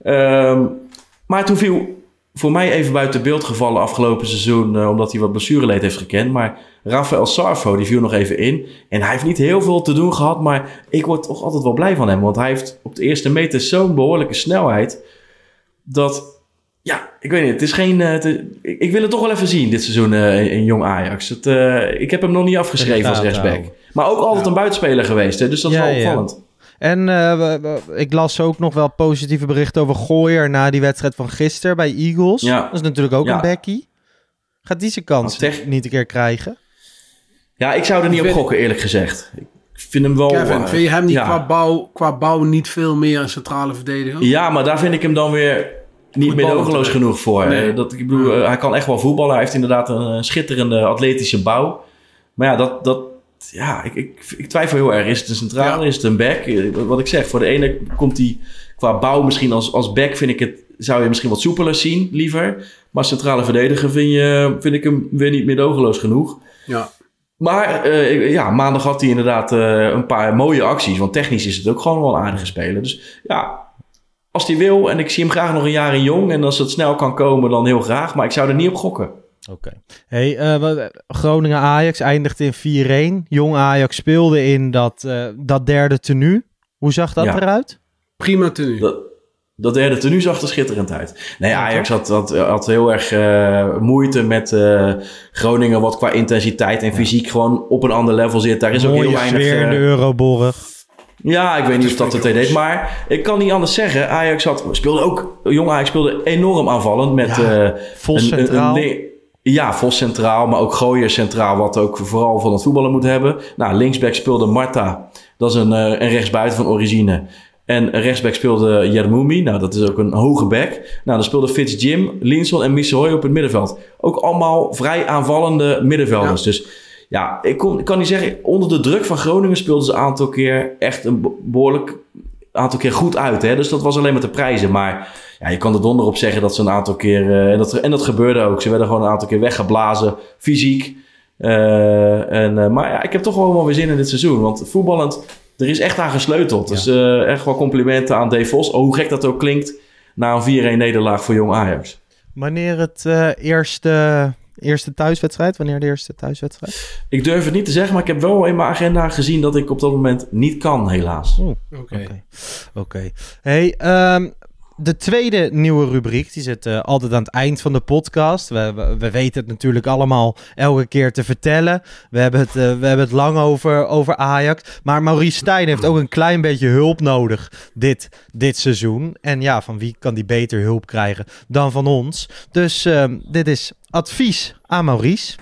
Um, maar toen viel voor mij even buiten beeld gevallen afgelopen seizoen, uh, omdat hij wat blessureleed heeft gekend. Maar Rafael Sarfo, die viel nog even in. En hij heeft niet heel veel te doen gehad, maar ik word toch altijd wel blij van hem. Want hij heeft op de eerste meter zo'n behoorlijke snelheid dat... Ja, ik weet niet. Het is geen. Uh, te, ik, ik wil het toch wel even zien dit seizoen uh, in, in Jong Ajax. Het, uh, ik heb hem nog niet afgeschreven als rechtsback. Nou. Maar ook altijd ja. een buitenspeler geweest, hè? Dus dat is ja, wel opvallend. Ja. En uh, ik las ook nog wel positieve berichten over Gooier na die wedstrijd van gisteren bij Eagles. Ja. Dat is natuurlijk ook ja. een backie. Gaat die zijn kans tech... niet een keer krijgen? Ja, ik zou er niet ik op gokken, eerlijk gezegd. Ik vind hem wel... Kevin, uh, vind je hem niet ja. qua, bouw, qua bouw niet veel meer een centrale verdediger? Ja, maar daar vind ik hem dan weer... Niet meedogenloos genoeg voor. Nee. Dat, ik bedoel, uh, hij kan echt wel voetballen. Hij heeft inderdaad een, een schitterende atletische bouw. Maar ja, dat, dat, ja ik, ik, ik twijfel heel erg. Is het een centrale? Ja. Is het een back? Wat ik zeg, voor de ene komt hij qua bouw misschien als, als back... Vind ik het, zou je misschien wat soepeler zien, liever. Maar centrale verdediger vind, je, vind ik hem weer niet meedogenloos genoeg. Ja. Maar uh, ja, maandag had hij inderdaad uh, een paar mooie acties. Want technisch is het ook gewoon wel een aardige speler. Dus ja... Als hij wil, en ik zie hem graag nog een jaar in Jong... en als het snel kan komen, dan heel graag. Maar ik zou er niet op gokken. Oké. Okay. Hey, uh, Groningen-Ajax eindigde in vier-een. Jong Ajax speelde in dat, uh, dat derde tenue. Hoe zag dat ja. eruit? Prima tenue. Dat, dat derde tenue zag er schitterend uit. Nee, Ajax had, had, had heel erg uh, moeite met uh, Groningen... wat qua intensiteit en fysiek ja. gewoon op een ander level zit. Daar is Mooie ook heel weinig... sfeer in de Euroborg. Ja, ik weet niet of dat het deed. Maar ik kan niet anders zeggen. Ajax had, speelde ook... Jong Ajax speelde enorm aanvallend. Met ja, uh, Vos een, centraal. Een, een, ja, Vos centraal. Maar ook Gooier centraal. Wat ook vooral van het voetballen moet hebben. Nou, linksback speelde Marta. Dat is een, uh, een rechtsbuiten van origine. En rechtsback speelde Jermoumi. Nou, dat is ook een hoge back. Nou, dan speelde Fitz Jim, Linson en Missouri op het middenveld. Ook allemaal vrij aanvallende middenvelders. Ja. Dus... Ja, ik, kon, ik kan niet zeggen, onder de druk van Groningen speelden ze een aantal keer echt een behoorlijk aantal keer goed uit. Hè? Dus dat was alleen maar te prijzen. Maar ja, je kan er donder op zeggen dat ze een aantal keer... Uh, en, dat, en dat gebeurde ook. Ze werden gewoon een aantal keer weggeblazen, fysiek. Uh, en, uh, maar ja, ik heb toch wel wel weer zin in dit seizoen. Want voetballend, er is echt aan gesleuteld. Ja. Dus uh, echt wel complimenten aan Dave Vos. Oh, hoe gek dat ook klinkt, na een vier-een nederlaag voor Jong Ajax. Wanneer het uh, eerste... Eerste thuiswedstrijd? Wanneer de eerste thuiswedstrijd? Ik durf het niet te zeggen, maar ik heb wel in mijn agenda gezien dat ik op dat moment niet kan, helaas. Oké. Oké. Okay. Hey, um, de tweede nieuwe rubriek, die zit uh, altijd aan het eind van de podcast. We, we, we weten het natuurlijk allemaal elke keer te vertellen. We hebben het, uh, we hebben het lang over, over Ajax. Maar Maurice Stijn heeft ook een klein beetje hulp nodig dit, dit seizoen. En ja, van wie kan die beter hulp krijgen dan van ons? Dus uh, dit is advies aan Maurice.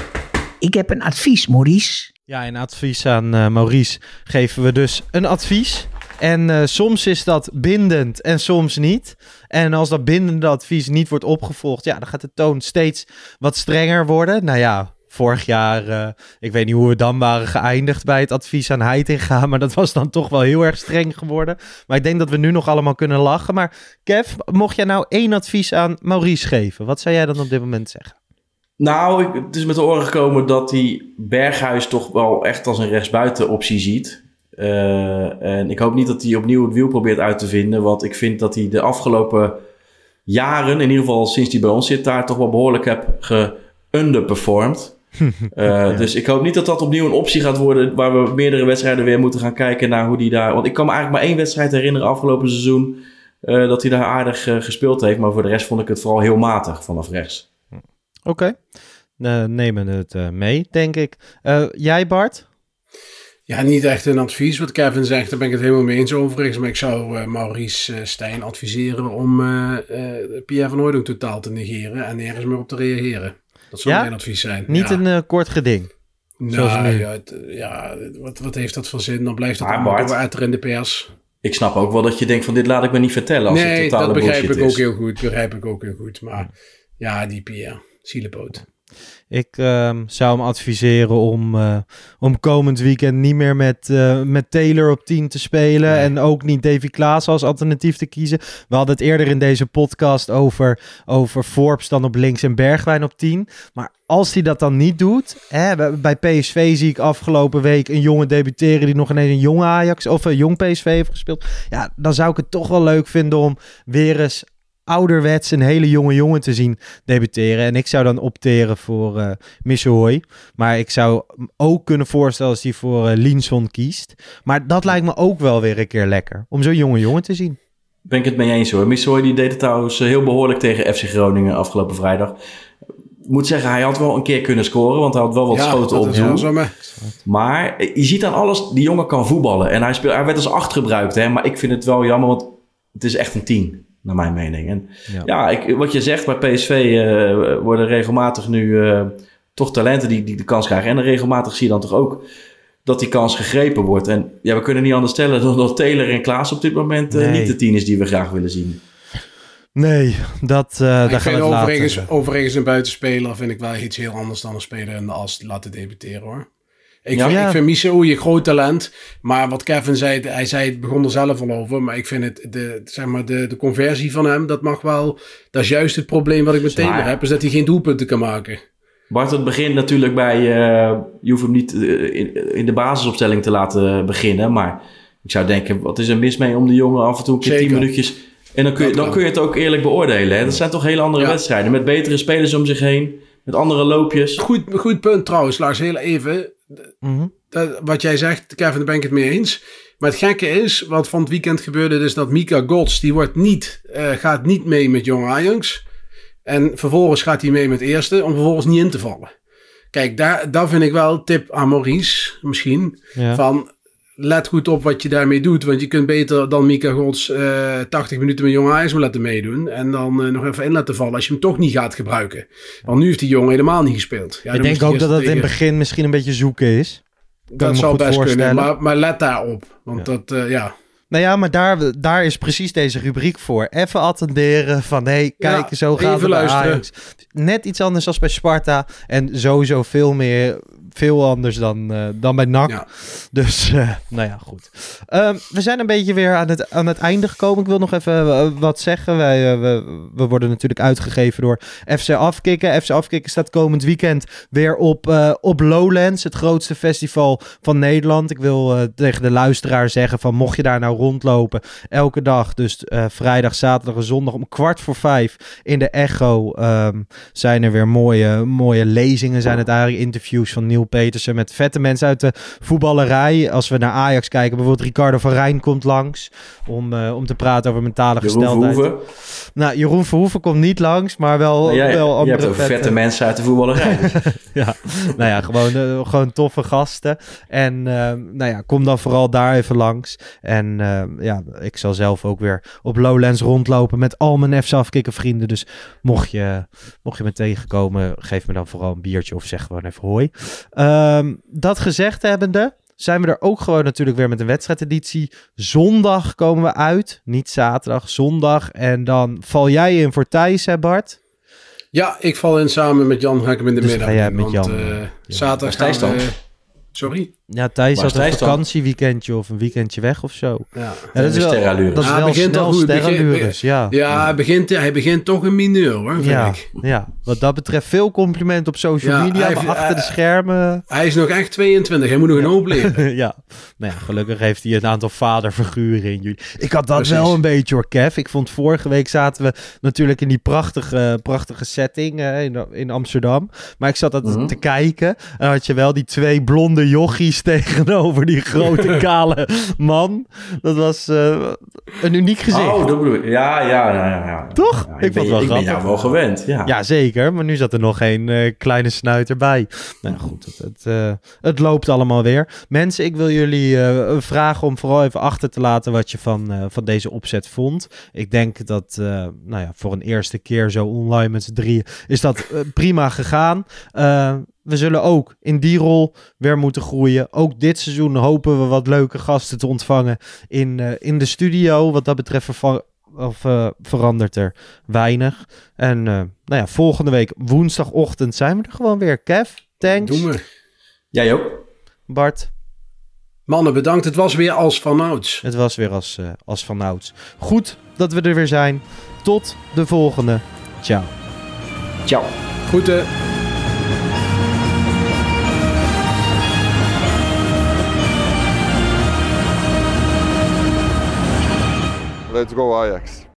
Ik heb een advies, Maurice. Ja, in advies aan uh, Maurice geven we dus een advies. En uh, soms is dat bindend en soms niet. En als dat bindende advies niet wordt opgevolgd, ja, dan gaat de toon steeds wat strenger worden. Nou ja, vorig jaar, uh, ik weet niet hoe we dan waren geëindigd bij het advies aan Heitinga, maar dat was dan toch wel heel erg streng geworden. Maar ik denk dat we nu nog allemaal kunnen lachen. Maar Kev, mocht jij nou één advies aan Maurice geven, wat zou jij dan op dit moment zeggen? Nou, ik, het is met de oren gekomen dat hij Berghuis toch wel echt als een rechtsbuiten optie ziet. Uh, en ik hoop niet dat hij opnieuw het wiel probeert uit te vinden. Want ik vind dat hij de afgelopen jaren, in ieder geval sinds hij bij ons zit, daar toch wel behoorlijk heb ge-underperformed. uh, ja. Dus ik hoop niet dat dat opnieuw een optie gaat worden, waar we meerdere wedstrijden weer moeten gaan kijken naar hoe die daar... Want ik kan me eigenlijk maar één wedstrijd herinneren afgelopen seizoen, uh, dat hij daar aardig uh, gespeeld heeft. Maar voor de rest vond ik het vooral heel matig vanaf rechts. Oké, okay. uh, nemen het uh, mee, denk ik. Uh, jij Bart? Ja, niet echt een advies wat Kevin zegt. Daar ben ik het helemaal mee eens overigens. Maar ik zou uh, Maurice uh, Stijn adviseren om uh, uh, Pierre van Hooijdonk totaal te negeren en nergens meer op te reageren. Dat zou ja? mijn advies zijn. Niet ja. een uh, kort geding. Nou ja, het, ja wat, wat heeft dat voor zin? Dan blijft het allemaal dooretteren in de pers. Ik snap ook wel dat je denkt van dit laat ik me niet vertellen als nee, het totale bullshit is. Nee, dat begrijp ik ook heel goed. begrijp ik ook heel goed. Maar ja, die Pierre, zielepoot. Ik uh, zou hem adviseren om, uh, om komend weekend niet meer met, uh, met Taylor op tien te spelen. Nee. En ook niet Davy Klaassen als alternatief te kiezen. We hadden het eerder in deze podcast over, over Forbes dan op links en Bergwijn op tien. Maar als hij dat dan niet doet. Hè, bij P S V zie ik afgelopen week een jongen debuteren die nog ineens een jong Ajax of een jong P S V heeft gespeeld. Ja, dan zou ik het toch wel leuk vinden om weer eens ouderwets een hele jonge jongen te zien debuteren. En ik zou dan opteren voor uh, Missehooi. Maar ik zou ook kunnen voorstellen als hij voor uh, Linson kiest. Maar dat lijkt me ook wel weer een keer lekker. Om zo'n jonge jongen te zien. Ben ik het mee eens hoor. Missehooi die deed het trouwens heel behoorlijk tegen F C Groningen afgelopen vrijdag. Ik moet zeggen, hij had wel een keer kunnen scoren. Want hij had wel wat ja, schoten op doel. Maar... maar je ziet aan alles, die jongen kan voetballen. En hij, speelt, hij werd als acht gebruikt. Hè, maar ik vind het wel jammer, want het is echt een tien. Naar mijn mening. En ja, ja ik, wat je zegt, bij P S V uh, worden regelmatig nu uh, toch talenten die, die de kans krijgen. En regelmatig zie je dan toch ook dat die kans gegrepen wordt. En ja, we kunnen niet anders stellen dan dat Taylor en Klaas op dit moment uh, nee. niet de tien is die we graag willen zien. Nee, dat uh, daar gaan we het overigens, laten. Overigens een buitenspeler vind ik wel iets heel anders dan een speler in de as laten debuteren hoor. Ik, ja, vind, ja. ik vind Missehooi een groot talent. Maar wat Kevin zei, hij zei het begon er zelf al over. Maar ik vind het, de, zeg maar, de, de conversie van hem, dat mag wel. Dat is juist het probleem wat ik met Taylor heb, is dat hij geen doelpunten kan maken. Bart, het begint natuurlijk bij, uh, je hoeft hem niet uh, in, in de basisopstelling te laten beginnen. Maar ik zou denken, wat is er mis mee om de jongen af en toe een keer tien minuutjes. En dan kun, je, dan kun je het ook eerlijk beoordelen. Hè? Dat zijn toch hele andere ja. wedstrijden. Met betere spelers om zich heen. Met andere loopjes. Goed, goed punt trouwens, Lars. Heel even. Mm-hmm. Dat, wat jij zegt, Kevin, daar ben ik het mee eens. Maar het gekke is, wat van het weekend gebeurde, is dat Mika Gods, die wordt niet, uh, gaat niet mee met Jong Ajax. En vervolgens gaat hij mee met eerste, om vervolgens niet in te vallen. Kijk, daar, daar vind ik wel een tip aan Maurice, misschien. Ja. Van, let goed op wat je daarmee doet. Want je kunt beter dan Mika Gods uh, tachtig minuten met Jong Ajax laten meedoen. En dan uh, nog even in laten vallen als je hem toch niet gaat gebruiken. Want nu heeft die jongen helemaal niet gespeeld. Ja, ik denk ook dat dat tegen... in het begin misschien een beetje zoeken is. Dat zou best voorstellen. kunnen, maar, maar let daarop. Want ja. dat, uh, ja... Nou ja, maar daar, daar is precies deze rubriek voor. Even attenderen van, hé, hey, kijk, ja, zo gaat het bij Ajax. Net iets anders dan bij Sparta. En sowieso veel meer, veel anders dan, uh, dan bij N A C. Ja. Dus, uh, nou ja, goed. Um, we zijn een beetje weer aan het, aan het einde gekomen. Ik wil nog even uh, wat zeggen. Wij, uh, we, we worden natuurlijk uitgegeven door F C Afkikken. F C Afkikken staat komend weekend weer op, uh, op Lowlands. Het grootste festival van Nederland. Ik wil uh, tegen de luisteraar zeggen van, mocht je daar nou rondlopen, elke dag, dus uh, vrijdag, zaterdag en zondag om kwart voor vijf in de Echo um, zijn er weer mooie, mooie lezingen, zijn het eigenlijk interviews van Neil Petersen met vette mensen uit de voetballerij. Als we naar Ajax kijken, bijvoorbeeld Ricardo van Rijn komt langs om, uh, om te praten over mentale Jeroen gesteldheid. Verhoeven. Nou, Jeroen Verhoeven komt niet langs, maar wel, nou, jij, wel andere je hebt ook vette, vette mensen uit de voetballerij. Ja, nou ja, gewoon, uh, gewoon toffe gasten. En uh, nou ja, kom dan vooral daar even langs. En uh, ja, ik zal zelf ook weer op Lowlands rondlopen met al mijn F C Afkikken vrienden. Dus mocht je, mocht je me tegenkomen, geef me dan vooral een biertje of zeg gewoon even hoi. Um, dat gezegd hebbende, zijn we er ook gewoon natuurlijk weer met een wedstrijdeditie. Zondag komen we uit, niet zaterdag, zondag. En dan val jij in voor Thijs, hè Bart? Ja, ik val in samen met Jan, ga ik hem in de dus middag. Ga jij met want, Jan? Uh, ja. Zaterdag Thijs dan? We... Sorry? Ja, Thijs had een vakantieweekendje of een weekendje weg of zo. Ja, ja dat, is wel, dat is ja, wel begint snel sterrenlures, ja. Ja, ja. Hij, begint, hij begint toch een mineur, hoor, vind ja, ik. Ja, wat dat betreft veel compliment op social ja, media, maar achter uh, de schermen... Hij is nog echt tweeëntwintig, hij moet nog ja. een hoop leren. Ja, nou ja, gelukkig heeft hij een aantal vaderfiguren in jullie. Ik had dat Precies. wel een beetje, hoor, Kev. Ik vond vorige week zaten we natuurlijk in die prachtige, prachtige setting uh, in, in Amsterdam. Maar ik zat dat mm-hmm. te kijken en had je wel die twee blonde jochies Koos tegenover die grote kale man. Dat was uh, een uniek gezicht. Oh, dat bedoel ik. Ja, ja, ja. ja, ja. Toch? Ja, ik ik vond ben, het wel ik ben grappig. jou wel gewend, ja. Ja, zeker. Maar nu zat er nog geen uh, kleine snuiter bij. Nou goed, het, het, uh, het loopt allemaal weer. Mensen, ik wil jullie uh, vragen om vooral even achter te laten wat je van, uh, van deze opzet vond. Ik denk dat, uh, nou ja, voor een eerste keer zo online met z'n drieën is dat uh, prima gegaan. Uh, we zullen ook in die rol weer moeten groeien. Ook dit seizoen hopen we wat leuke gasten te ontvangen in, uh, in de studio. Wat dat betreft verva- of, uh, verandert er weinig. En uh, nou ja, volgende week woensdagochtend zijn we er gewoon weer. Kev, thanks. Doen we. Jij ook? Bart. Mannen, bedankt. Het was weer als vanouds. Het was weer als, uh, als vanouds. Goed dat we er weer zijn. Tot de volgende. Ciao. Ciao. Groeten. Let's go Ajax.